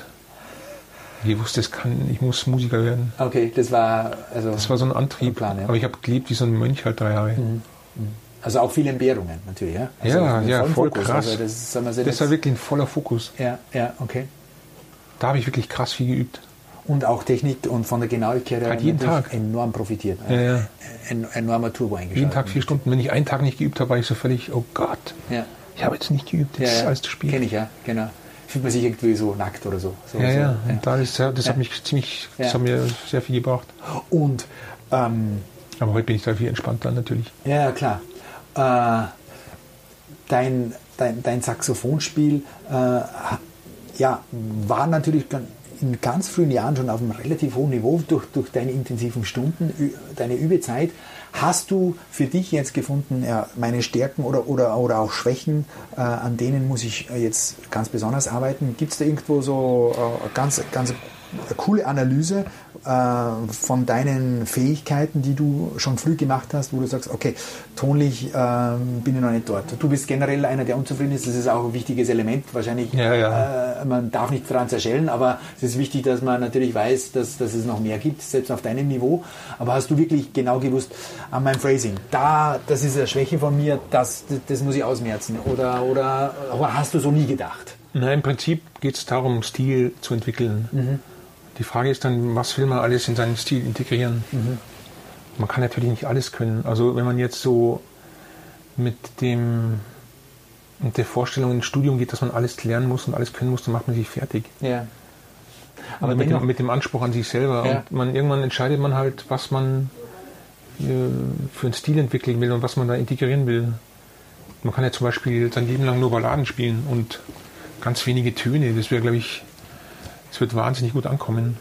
Ich wusste, das kann, ich muss Musiker werden. Okay, das war also das war so ein Antrieb. Ein Plan, ja. Aber ich habe gelebt wie so ein Mönch halt drei Jahre. Mhm. Also auch viele Entbehrungen natürlich, ja? Also ja, ja, voll Fokus. krass. Also das, sagen wir so, das, das war wirklich ein voller Fokus. Ja, ja, okay. Da habe ich wirklich krass viel geübt. Und auch Technik und von der Genauigkeit her jeden Tag enorm profitiert. Ja, ja. Ein enormer Turbo eingeschaltet. Jeden Tag vier Stunden. Wenn ich einen Tag nicht geübt habe, war ich so völlig, oh Gott, ja. ich habe jetzt nicht geübt, jetzt ja, ja. ist alles zu spät. Kenne ich, ja, genau. Fühlt man sich irgendwie so nackt oder so. so ja, so, ja, ja. Und da ist, das ja. hat mich ziemlich, das ja. hat mir sehr viel gebracht. Und, ähm, aber heute bin ich da viel entspannter natürlich. Ja, klar. Äh, dein, dein, dein Saxophonspiel äh, ja, war natürlich in ganz frühen Jahren schon auf einem relativ hohen Niveau durch, durch deine intensiven Stunden, deine Übezeit. Hast du für dich jetzt gefunden, ja, meine Stärken oder, oder, oder auch Schwächen, äh, an denen muss ich jetzt ganz besonders arbeiten? Gibt es da irgendwo so äh, ganz, ganz eine coole Analyse äh, von deinen Fähigkeiten, die du schon früh gemacht hast, wo du sagst, okay, tonlich äh, bin ich noch nicht dort. Du bist generell einer, der unzufrieden ist, das ist auch ein wichtiges Element. Wahrscheinlich, ja, ja. Äh, man darf nicht daran zerschellen, aber es ist wichtig, dass man natürlich weiß, dass, dass es noch mehr gibt, selbst auf deinem Niveau. Aber hast du wirklich genau gewusst, an meinem Phrasing, da, das ist eine Schwäche von mir, das, das, das muss ich ausmerzen? Oder, oder, oder hast du so nie gedacht? Na, im Prinzip geht es darum, Stil zu entwickeln. Mhm. Die Frage ist dann, was will man alles in seinen Stil integrieren? Mhm. Man kann natürlich nicht alles können. Also wenn man jetzt so mit dem mit der Vorstellung ins Studium geht, dass man alles lernen muss und alles können muss, dann macht man sich fertig. Ja. Aber mit dem, mit dem Anspruch an sich selber. Ja. Und man, irgendwann entscheidet man halt, was man äh, für einen Stil entwickeln will und was man da integrieren will. Man kann ja zum Beispiel sein Leben lang nur Balladen spielen und ganz wenige Töne. Das wäre, glaube ich, es wird wahnsinnig gut ankommen.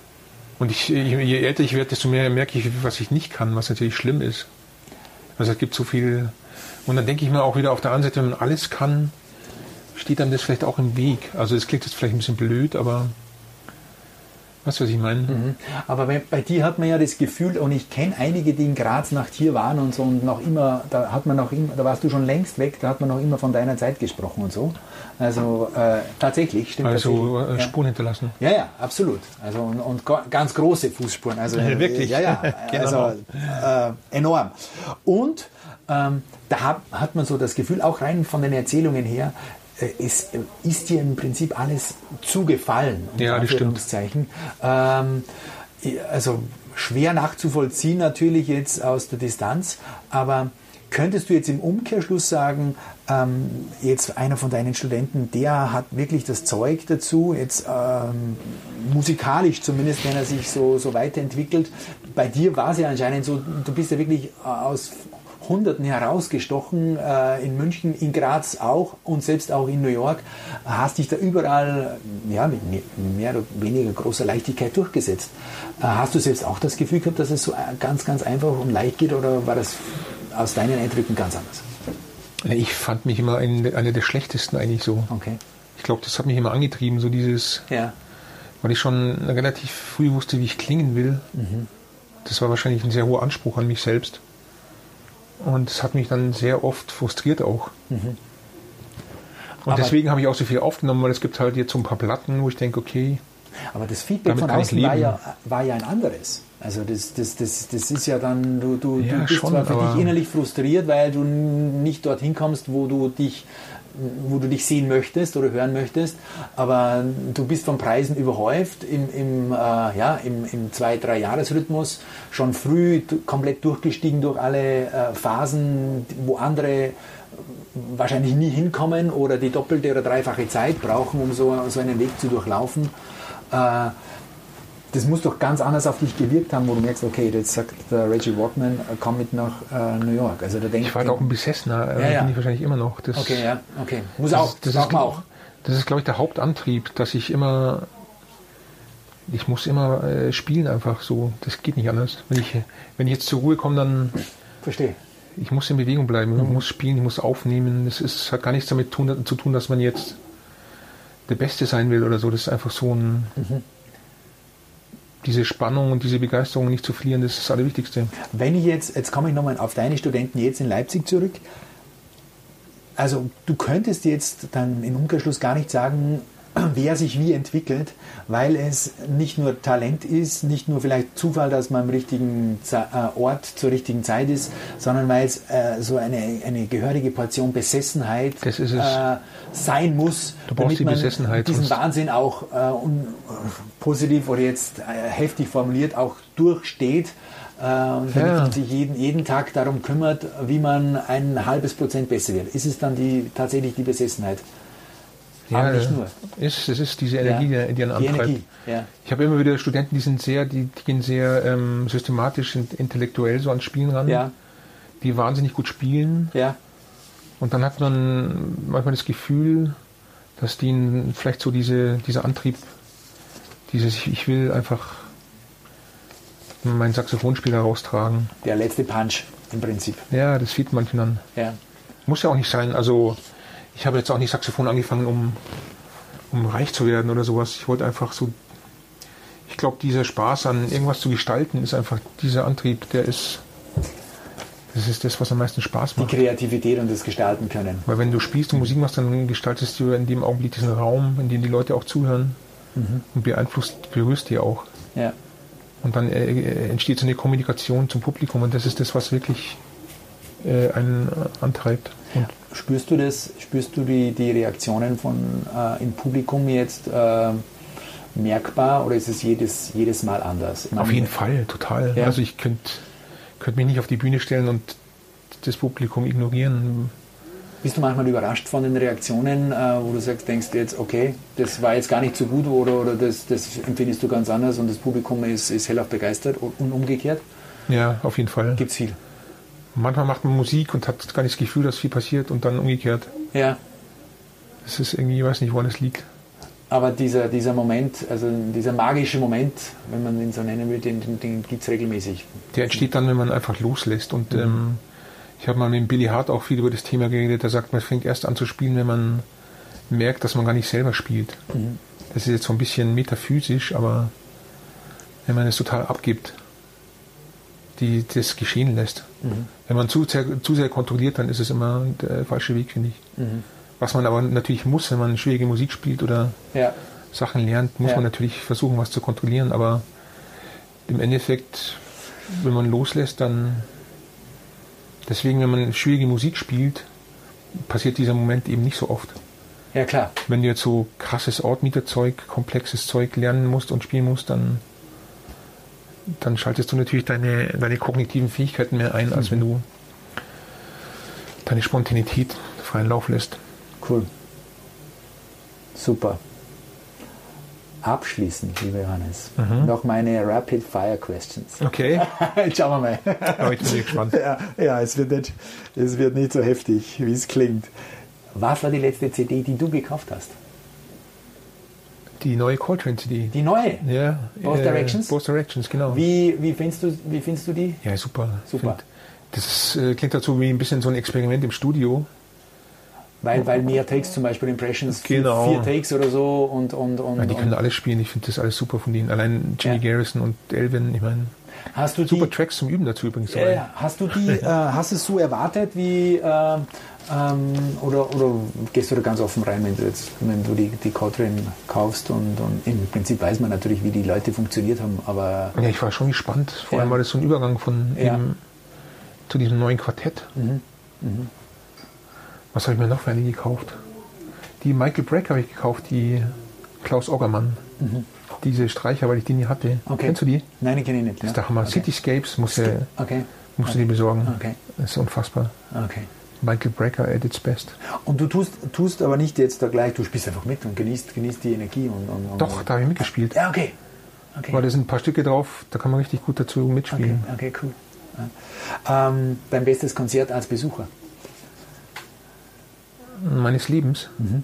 Und ich, je älter ich werde, desto mehr merke ich, was ich nicht kann, was natürlich schlimm ist. Also es gibt so viel. Und dann denke ich mir auch wieder auf der anderen Seite, wenn man alles kann, steht einem das vielleicht auch im Weg. Also es klingt jetzt vielleicht ein bisschen blöd, aber weißt du, was ich meine? Mhm. Aber bei, bei dir hat man ja das Gefühl, und ich kenne einige, die in Graz Nacht hier waren und so, und noch immer, da hat man noch immer, da warst du schon längst weg, da hat man noch immer von deiner Zeit gesprochen und so. Also äh, tatsächlich, stimmt Also tatsächlich. Spuren ja. hinterlassen. Ja, ja, absolut. Also und, und ganz große Fußspuren. Also ja, wirklich. Ja, ja. Genau. Also äh, enorm. Und ähm, da hat, hat man so das Gefühl, auch rein von den Erzählungen her, es ist dir im Prinzip alles zugefallen. Ja, das stimmt. Ähm, also schwer nachzuvollziehen natürlich jetzt aus der Distanz, aber könntest du jetzt im Umkehrschluss sagen, ähm, jetzt einer von deinen Studenten, der hat wirklich das Zeug dazu, jetzt ähm, musikalisch zumindest, wenn er sich so, so weiterentwickelt. Bei dir war es ja anscheinend so, du bist ja wirklich aus Hunderten herausgestochen, äh, in München, in Graz auch und selbst auch in New York, hast dich da überall ja, mit mehr, mehr oder weniger großer Leichtigkeit durchgesetzt. Äh, hast du selbst auch das Gefühl gehabt, dass es so ganz, ganz einfach und leicht geht, oder war das aus deinen Eindrücken ganz anders? Ich fand mich immer ein, einer der schlechtesten eigentlich so. Okay. Ich glaube, das hat mich immer angetrieben, so dieses, ja. weil ich schon relativ früh wusste, wie ich klingen will. Mhm. Das war wahrscheinlich ein sehr hoher Anspruch an mich selbst. Und das hat mich dann sehr oft frustriert auch. Mhm. Und aber deswegen habe ich auch so viel aufgenommen, weil es gibt halt jetzt so ein paar Platten, wo ich denke, okay. Aber das Feedback von außen war ja, war ja ein anderes. Also das, das, das, das ist ja dann, du, du, ja, du bist schon, zwar für dich innerlich frustriert, weil du nicht dorthin kommst, wo du dich wo du dich sehen möchtest oder hören möchtest, aber du bist von Preisen überhäuft im, im, äh, ja, im, im zwei-, drei-Jahres-Rhythmus, schon früh komplett durchgestiegen durch alle äh, Phasen, wo andere wahrscheinlich nie hinkommen oder die doppelte oder dreifache Zeit brauchen, um so, so einen Weg zu durchlaufen. Äh, das muss doch ganz anders auf dich gewirkt haben, wo du merkst, okay, jetzt sagt der Reggie Walkman, komm mit nach äh, New York. Also da denk, ich war da auch ein Besessener, ja, ja. bin ich wahrscheinlich immer noch. Das, okay, ja, okay. Muss das, auch, das, das ist, auch. Das ist, glaube ich, der Hauptantrieb, dass ich immer, ich muss immer äh, spielen einfach so. Das geht nicht anders. Wenn ich, wenn ich jetzt zur Ruhe komme, dann... Verstehe. Ich muss in Bewegung bleiben, mhm. ich muss spielen, ich muss aufnehmen. Das ist, hat gar nichts damit tun, zu tun, dass man jetzt der Beste sein will oder so. Das ist einfach so ein... Mhm. Diese Spannung und diese Begeisterung nicht zu verlieren, das ist das Allerwichtigste. Wenn ich jetzt, jetzt komme ich nochmal auf deine Studenten jetzt in Leipzig zurück. Also du könntest jetzt dann im Umkehrschluss gar nicht sagen, wer sich wie entwickelt, weil es nicht nur Talent ist, nicht nur vielleicht Zufall, dass man am richtigen Ort zur richtigen Zeit ist, sondern weil es äh, so eine, eine gehörige Portion Besessenheit das ist es. Äh, sein muss, du brauchst damit die man Besessenheit, diesen Wahnsinn auch äh, un, positiv oder jetzt äh, heftig formuliert auch durchsteht. Äh, und damit ja. man sich jeden, jeden Tag darum kümmert, wie man ein halbes Prozent besser wird. Ist es dann die, tatsächlich die Besessenheit? Ja, aber nicht nur. Ist, es ist diese Energie, ja. die einen die antreibt. Energie, ja. Ich habe immer wieder Studenten, die sind sehr, die, die gehen sehr ähm, systematisch und intellektuell so ans Spielen ran, ja. die wahnsinnig gut spielen. Ja. Und dann hat man manchmal das Gefühl, dass die vielleicht so diese, dieser Antrieb, dieses ich will einfach mein Saxophonspiel heraustragen. Der letzte Punch im Prinzip. Ja, das sieht manchen an. Ja. Muss ja auch nicht sein. Also ich habe jetzt auch nicht Saxophon angefangen, um, um reich zu werden oder sowas. Ich wollte einfach so, ich glaube, dieser Spaß an irgendwas zu gestalten ist einfach dieser Antrieb, der ist, das ist das, was am meisten Spaß macht. Die Kreativität und das Gestalten können. Weil wenn du spielst und Musik machst, dann gestaltest du in dem Augenblick diesen Raum, in dem die Leute auch zuhören mhm. und beeinflusst, berührst die auch. Ja. Und dann äh, entsteht so eine Kommunikation zum Publikum und das ist das, was wirklich äh, einen antreibt. Und spürst du das, spürst du die, die Reaktionen von äh, im Publikum jetzt äh, merkbar oder ist es jedes, jedes Mal anders? Auf jeden Fall, total. Ja. Also ich könnte könnt mich nicht auf die Bühne stellen und das Publikum ignorieren. Bist du manchmal überrascht von den Reaktionen, äh, wo du sagst, denkst jetzt, okay, das war jetzt gar nicht so gut oder, oder das, das empfindest du ganz anders und das Publikum ist, ist hellauf begeistert und umgekehrt? Ja, auf jeden Fall. Gibt es viel? Manchmal macht man Musik und hat gar nicht das Gefühl, dass viel passiert und dann umgekehrt. Ja. Das ist irgendwie, ich weiß nicht, woran es liegt. Aber dieser, dieser Moment, also dieser magische Moment, wenn man ihn so nennen will, den, den, den gibt es regelmäßig. Der entsteht dann, wenn man einfach loslässt. Und mhm. ähm, ich habe mal mit Billy Hart auch viel über das Thema geredet. Der sagt, man fängt erst an zu spielen, wenn man merkt, dass man gar nicht selber spielt. Mhm. Das ist jetzt so ein bisschen metaphysisch, aber wenn man es total abgibt, die das geschehen lässt. Mhm. Wenn man zu sehr, zu sehr kontrolliert, dann ist es immer der falsche Weg, finde ich. Mhm. Was man aber natürlich muss, wenn man schwierige Musik spielt oder ja. Sachen lernt, muss ja. man natürlich versuchen, was zu kontrollieren. Aber im Endeffekt, wenn man loslässt, dann deswegen, wenn man schwierige Musik spielt, passiert dieser Moment eben nicht so oft. Ja, klar. Wenn du jetzt so krasses Ortmieterzeug, komplexes Zeug lernen musst und spielen musst, dann dann schaltest du natürlich deine, deine kognitiven Fähigkeiten mehr ein, als mhm. wenn du deine Spontanität freien Lauf lässt. Cool. Super. Abschließend, lieber Johannes, mhm. noch meine Rapid Fire Questions. Okay. Jetzt schauen wir mal. Aber ich bin sehr gespannt. Ja, ja, es wird nicht, es wird nicht so heftig, wie es klingt. Was war die letzte C D, die du gekauft hast? Die neue Coltrane-C D. Die neue? Ja. Both äh, Directions? Both Directions, genau. Wie, wie, findest du, wie findest du die? Ja, super. Super. Find, das ist, äh, klingt dazu wie ein bisschen so ein Experiment im Studio. Weil, weil mehr Takes, zum Beispiel Impressions, genau. vier, vier Takes oder so. Und, und, und, ja, die können und alles spielen. Ich finde das alles super von denen. Allein Jimmy ja. Garrison und Elvin, ich meine. Hast du super die, Tracks zum Üben dazu übrigens. Äh, hast du die, äh, hast du es so erwartet wie äh, ähm, oder, oder gehst du da ganz offen rein, wenn du jetzt, wenn du die, die Coltrane kaufst und, und im Prinzip weiß man natürlich, wie die Leute funktioniert haben, aber. Ja, ich war schon gespannt. Vor ja. allem war das so ein Übergang von ja. eben zu diesem neuen Quartett. Mhm. Mhm. Was habe ich mir noch für eine gekauft? Die Michael Breck habe ich gekauft, die Klaus Oggermann. Mhm. Diese Streicher, weil ich die nie hatte. Okay. Kennst du die? Nein, ich kenne die nicht. Das ist ja. der Hammer. Okay. Cityscapes musst du, okay. musst okay. du die besorgen. Okay. Das ist unfassbar. Okay. Michael Brecker at its best. Und du tust, tust aber nicht jetzt da gleich, du spielst einfach mit und genießt, genießt die Energie. Und, und, und Doch, da habe ich mitgespielt. Ja, okay. okay. Weil da sind ein paar Stücke drauf, da kann man richtig gut dazu mitspielen. Okay, okay cool. Ja. Ähm, dein bestes Konzert als Besucher? Meines Lebens. Mhm.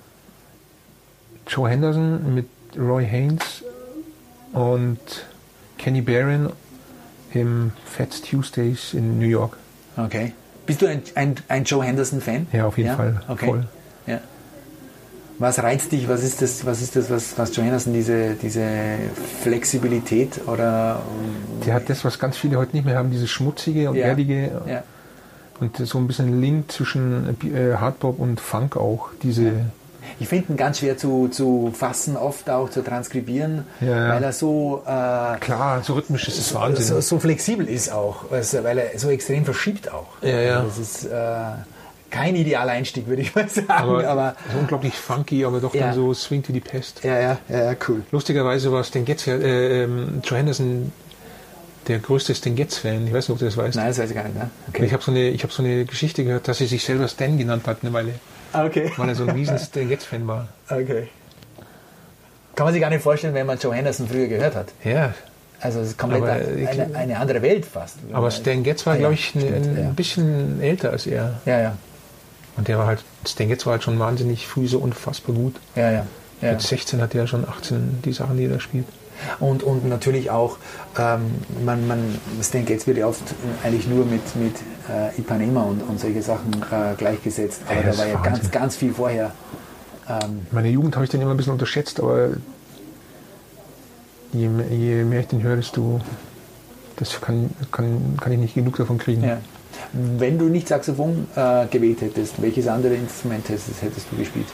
Joe Henderson mit Roy Haynes und Kenny Barron im Fats Tuesdays in New York. Okay. Bist du ein, ein, ein Joe Henderson-Fan? Ja, auf jeden ja? Fall. Okay. Voll. Ja. Was reizt dich? Was ist das, was, ist das, was, was Johannesson, diese, diese Flexibilität oder... Der hat das, was ganz viele heute nicht mehr haben, dieses schmutzige und Ja. erdige Ja. und so ein bisschen Link zwischen äh, Hardbop und Funk auch. Diese, Ich finde ihn ganz schwer zu, zu fassen, oft auch zu transkribieren, Ja, ja. weil er so, äh, klar, so rhythmisch ist es Wahnsinn. so, so flexibel ist auch, also, weil er so extrem verschiebt auch. Ja, ja. Also das ist äh, kein idealer Einstieg, würde ich mal sagen. aber, Aber, so unglaublich funky, aber doch Ja. dann so swingt wie die Pest. ja, ja, ja, ja, cool. Lustigerweise war Stan Getz, äh, ähm, Johannesson der größte Stan Getz-Fan. Ich weiß nicht, ob du das weißt. Nein, das weiß ich gar nicht. Ne? Okay. Ich habe so, eine- ich hab so eine Geschichte gehört, dass er sich selber Stan genannt hat eine Weile, Okay. weil er so ein riesen Stan Getz-Fan war. Okay. Kann man sich gar nicht vorstellen, wenn man Johannesson früher gehört hat. Ja, Also es ist komplett Aber, eine, äh, eine, eine andere Welt fast. aber Stan Getz war, Ah, ja, glaube ich, ein, stimmt, ein ja. bisschen älter als er. Ja, ja, Und der war halt, Stan Getz war halt schon wahnsinnig früh so unfassbar gut. ja, ja. ja. Mit sechzehn hat er schon achtzehn die Sachen, die er da spielt. Und, und natürlich auch, ähm, man, man, Stan Getz wird ja oft eigentlich nur mit, mit äh, Ipanema und, und solche Sachen äh, gleichgesetzt. Aber Ja, da das war ist ja Wahnsinn. ganz, ganz viel vorher. Ähm, Meine Jugend habe ich den immer ein bisschen unterschätzt, aber je, mehr- je mehr ich den höre, desto das kann, kann, kann ich nicht genug davon kriegen. ja. Wenn du nicht Saxophon äh, gewählt hättest, welches andere Instrument hättest, hättest du gespielt?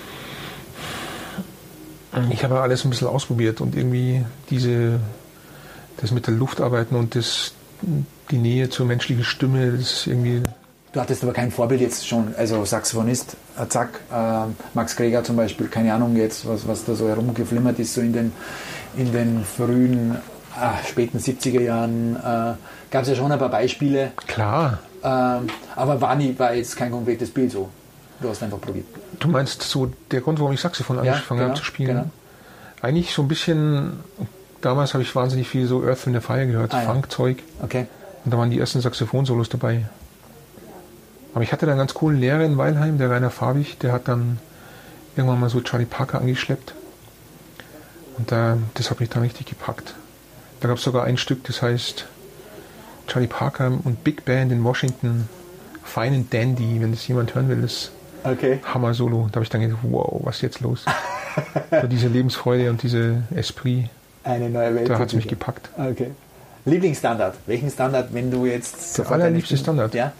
Ich habe alles ein bisschen ausprobiert und irgendwie diese, das mit der Luft arbeiten und das, die Nähe zur menschlichen Stimme, das ist irgendwie, Du hattest aber kein Vorbild jetzt schon, also Saxophonist, äh, zack, äh, Max Greger zum Beispiel, keine Ahnung jetzt, was, was da so herumgeflimmert ist, so in den, in den frühen, ah, späten siebziger Jahren, äh, gab es ja schon ein paar Beispiele, klar. ähm, aber war, nie, war jetzt kein konkretes Bild so. Du hast einfach probiert. Du meinst so der Grund, warum ich Saxophon Ja, angefangen genau, habe zu spielen? genau. Eigentlich so ein bisschen, damals habe ich wahnsinnig viel so Earth, Wind and Fire gehört, Ah, ja. Funk-Zeug. Okay. Und da waren die ersten Saxophon-Solos dabei. Aber ich hatte da einen ganz coolen Lehrer in Weilheim, der Rainer Farbig, der hat dann irgendwann mal so Charlie Parker angeschleppt. Und da, das hat mich dann richtig gepackt. Da gab es sogar ein Stück, das heißt Charlie Parker und Big Band in Washington, Fine and Dandy, wenn das jemand hören will, das Okay. Hammer-Solo. Da habe ich dann gedacht, wow, was ist jetzt los? So diese Lebensfreude und diese Esprit, Eine neue Welt. da hat es mich gepackt. Okay. Lieblingsstandard. Welchen Standard, wenn du jetzt... Der allerliebste Standard? Ja.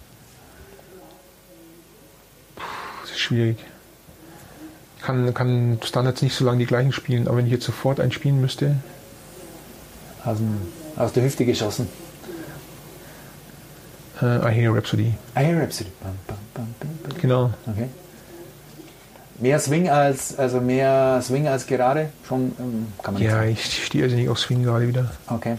Das ist schwierig. Ich kann, kann Standards nicht so lange die gleichen spielen, aber wenn ich jetzt sofort einen spielen müsste, Aus, dem, aus der Hüfte geschossen. äh, I Hear Rhapsody. I Hear Rhapsody. Bam, bam, bam, bam, bam. Genau. Okay. Mehr Swing als, also mehr Swing als gerade? Schon, ähm, kann man nicht Ja, sagen. ich stehe also nicht auf Swing gerade wieder, Okay.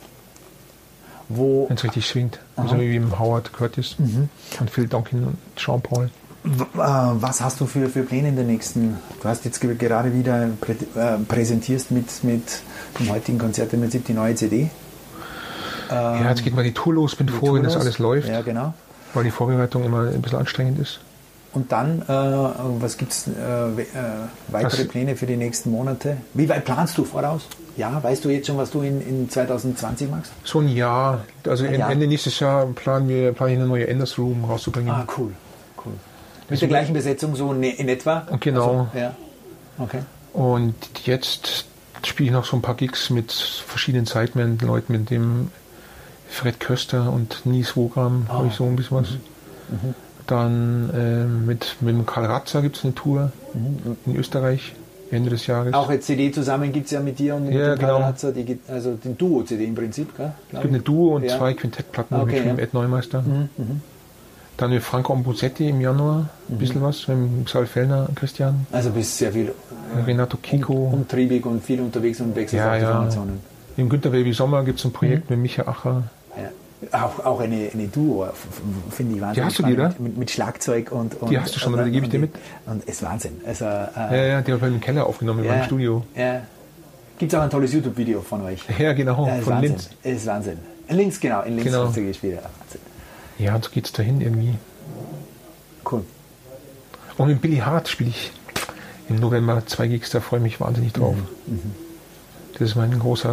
Wo, wenn es richtig swingt. Aha. So wie im Howard Curtis und Phil Donkin und Sean Paul. w- äh, was hast du für, für Pläne in der nächsten? Du hast jetzt ge- gerade wieder prä, äh, präsentierst mit, mit dem heutigen Konzert im Prinzip die neue C D. Ja, jetzt geht mal die Tour los, bin Die froh, wenn das Tour los. alles läuft, Ja, genau. weil die Vorbereitung immer ein bisschen anstrengend ist. Und dann, äh, was gibt es äh, we- äh, weitere Was- Pläne für die nächsten Monate? Wie weit planst du voraus? Ja, weißt du jetzt schon, was du in, in zwanzig zwanzig machst? So ein Jahr, also Ein en- Jahr. Ende nächstes Jahr planen wir planen ich eine neue Enders Room rauszubringen. Ah, cool. cool. Mit der gleichen Besetzung so ne, in etwa? Genau. Also, ja. Okay. Und jetzt spiele ich noch so ein paar Gigs mit verschiedenen Sidemen-Leuten, mit dem Fred Köster und Nies Wogram Ah. habe ich so ein bisschen was. Dann äh, mit, mit dem Karl Ratzer gibt es eine Tour in Österreich Ende des Jahres. Auch jetzt C D zusammen gibt es ja mit dir und mit Ja, dem Karl genau. Ratzer, die gibt, also den Duo-C D im Prinzip, gell? Es gibt eine Duo und Ja. zwei Quintettplatten Okay, mit ja. dem Ed Neumeister. Mhm, mhm. Dann mit Franco Ambosetti im Januar ein bisschen was, mit dem Saul Fellner, Christian, Also bist sehr viel Renato Kiko. umtriebig und viel unterwegs und wechselst Ja, auch die ja. Formationen. Im Günter Baby Sommer gibt es ein Projekt Mhm. mit Micha Acher. Ja. Auch, auch eine, eine Duo, f- f- finde ich wahnsinnig. Die hast du dir, spannend. oder? Mit, mit Schlagzeug und, und. Die hast du schon, oder? Die gebe ich dir und mit. Und es ist Wahnsinn. Also, äh, Ja, ja, die habe ich im Keller aufgenommen, in meinem Studio. Ja. Gibt es auch ein tolles YouTube-Video von euch? Ja, genau, Ja, ist von Wahnsinn. Linz. Ist Wahnsinn. In Linz, genau. In Linz Genau. hast du gespielt. Ja, Wahnsinn. Ja, und so geht es dahin irgendwie. Cool. Und mit Billy Hart spiele ich im November zwei Gigs, da freue ich mich wahnsinnig drauf. Mhm. Das ist mein großer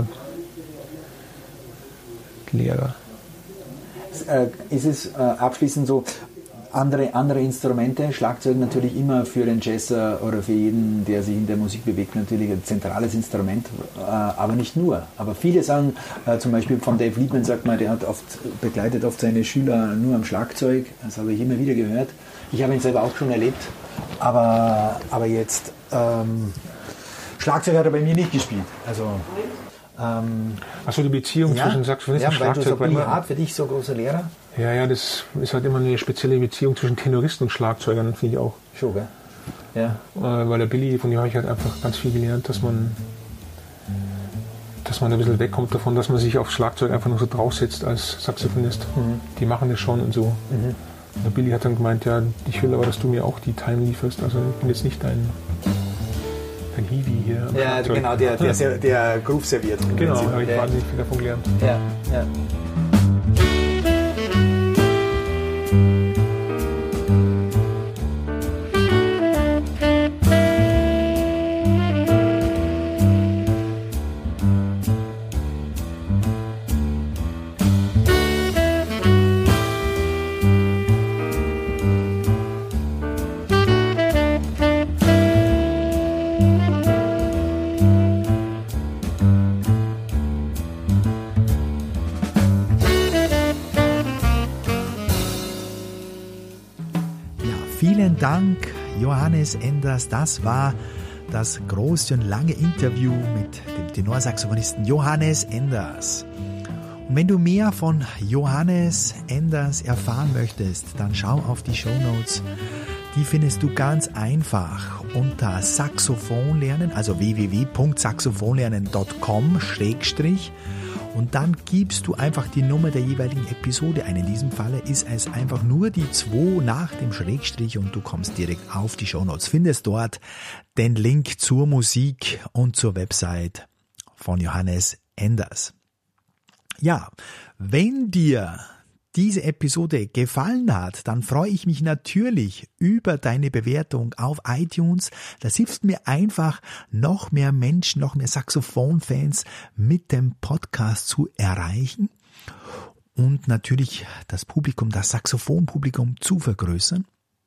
Lehrer. Äh, ist es äh, abschließend so, andere, andere Instrumente. Schlagzeug natürlich immer für den Jazzer oder für jeden, der sich in der Musik bewegt, natürlich ein zentrales Instrument, äh, aber nicht nur. Aber viele sagen, äh, zum Beispiel von Dave Liebman sagt man, der hat oft begleitet oft seine Schüler nur am Schlagzeug. Das habe ich immer wieder gehört. Ich habe ihn selber auch schon erlebt. Aber, aber jetzt, ähm, Schlagzeug hat er bei mir nicht gespielt. Also, ähm, Achso, die Beziehung ja, zwischen Saxophonist ja, und weil Schlagzeug. du so Billy Hart für dich so großer Lehrer? Ja, ja, das ist halt immer eine spezielle Beziehung zwischen Tenoristen und Schlagzeugern, finde ich auch. Schon, gell? Ja. Äh, weil der Billy, von dem habe ich halt einfach ganz viel gelernt, dass man, dass man ein bisschen wegkommt davon, dass man sich auf Schlagzeug einfach nur so draufsetzt als Saxophonist. Mhm. Die machen das schon und so. Mhm. Der Billy hat dann gemeint, ja, ich will aber, dass du mir auch die Time lieferst. Also ich bin jetzt nicht dein, dein Hiwi hier. Ja, genau, der, der, der, der Groove serviert. Genau, habe ich ja. wahnsinnig viel davon gelernt. Ja, ja. Vielen Dank, Johannes Enders. Das war das große und lange Interview mit dem Tenorsaxophonisten Johannes Enders. Und wenn du mehr von Johannes Enders erfahren möchtest, dann schau auf die Shownotes. Die findest du ganz einfach unter Saxophonlernen, also w w w punkt saxophonlernen punkt com schrägstrich. Und dann gibst du einfach die Nummer der jeweiligen Episode ein. In diesem Falle ist es einfach nur die zwei nach dem Schrägstrich und du kommst direkt auf die Shownotes. Findest dort den Link zur Musik und zur Website von Johannes Enders. Ja, wenn dir diese Episode gefallen hat, dann freue ich mich natürlich über deine Bewertung auf iTunes. Das hilft mir einfach, noch mehr Menschen, noch mehr Saxophonfans mit dem Podcast zu erreichen und natürlich das Publikum, das Saxophonpublikum zu vergrößern.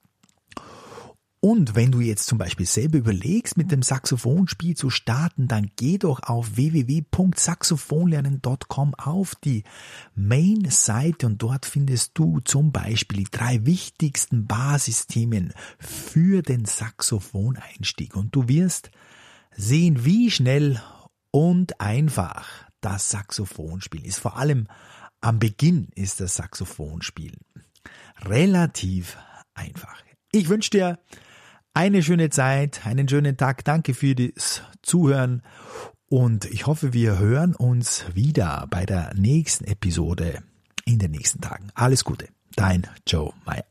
Und wenn du jetzt zum Beispiel selber überlegst, mit dem Saxophonspiel zu starten, dann geh doch auf w w w punkt saxophonlernen punkt com auf die Main-Seite und dort findest du zum Beispiel die drei wichtigsten Basisthemen für den Saxophoneinstieg. Und du wirst sehen, wie schnell und einfach das Saxophonspielen ist. Vor allem am Beginn ist das Saxophonspielen relativ einfach. Ich wünsche dir eine schöne Zeit, einen schönen Tag. Danke für das Zuhören und ich hoffe, wir hören uns wieder bei der nächsten Episode in den nächsten Tagen. Alles Gute, dein Joe Meyer.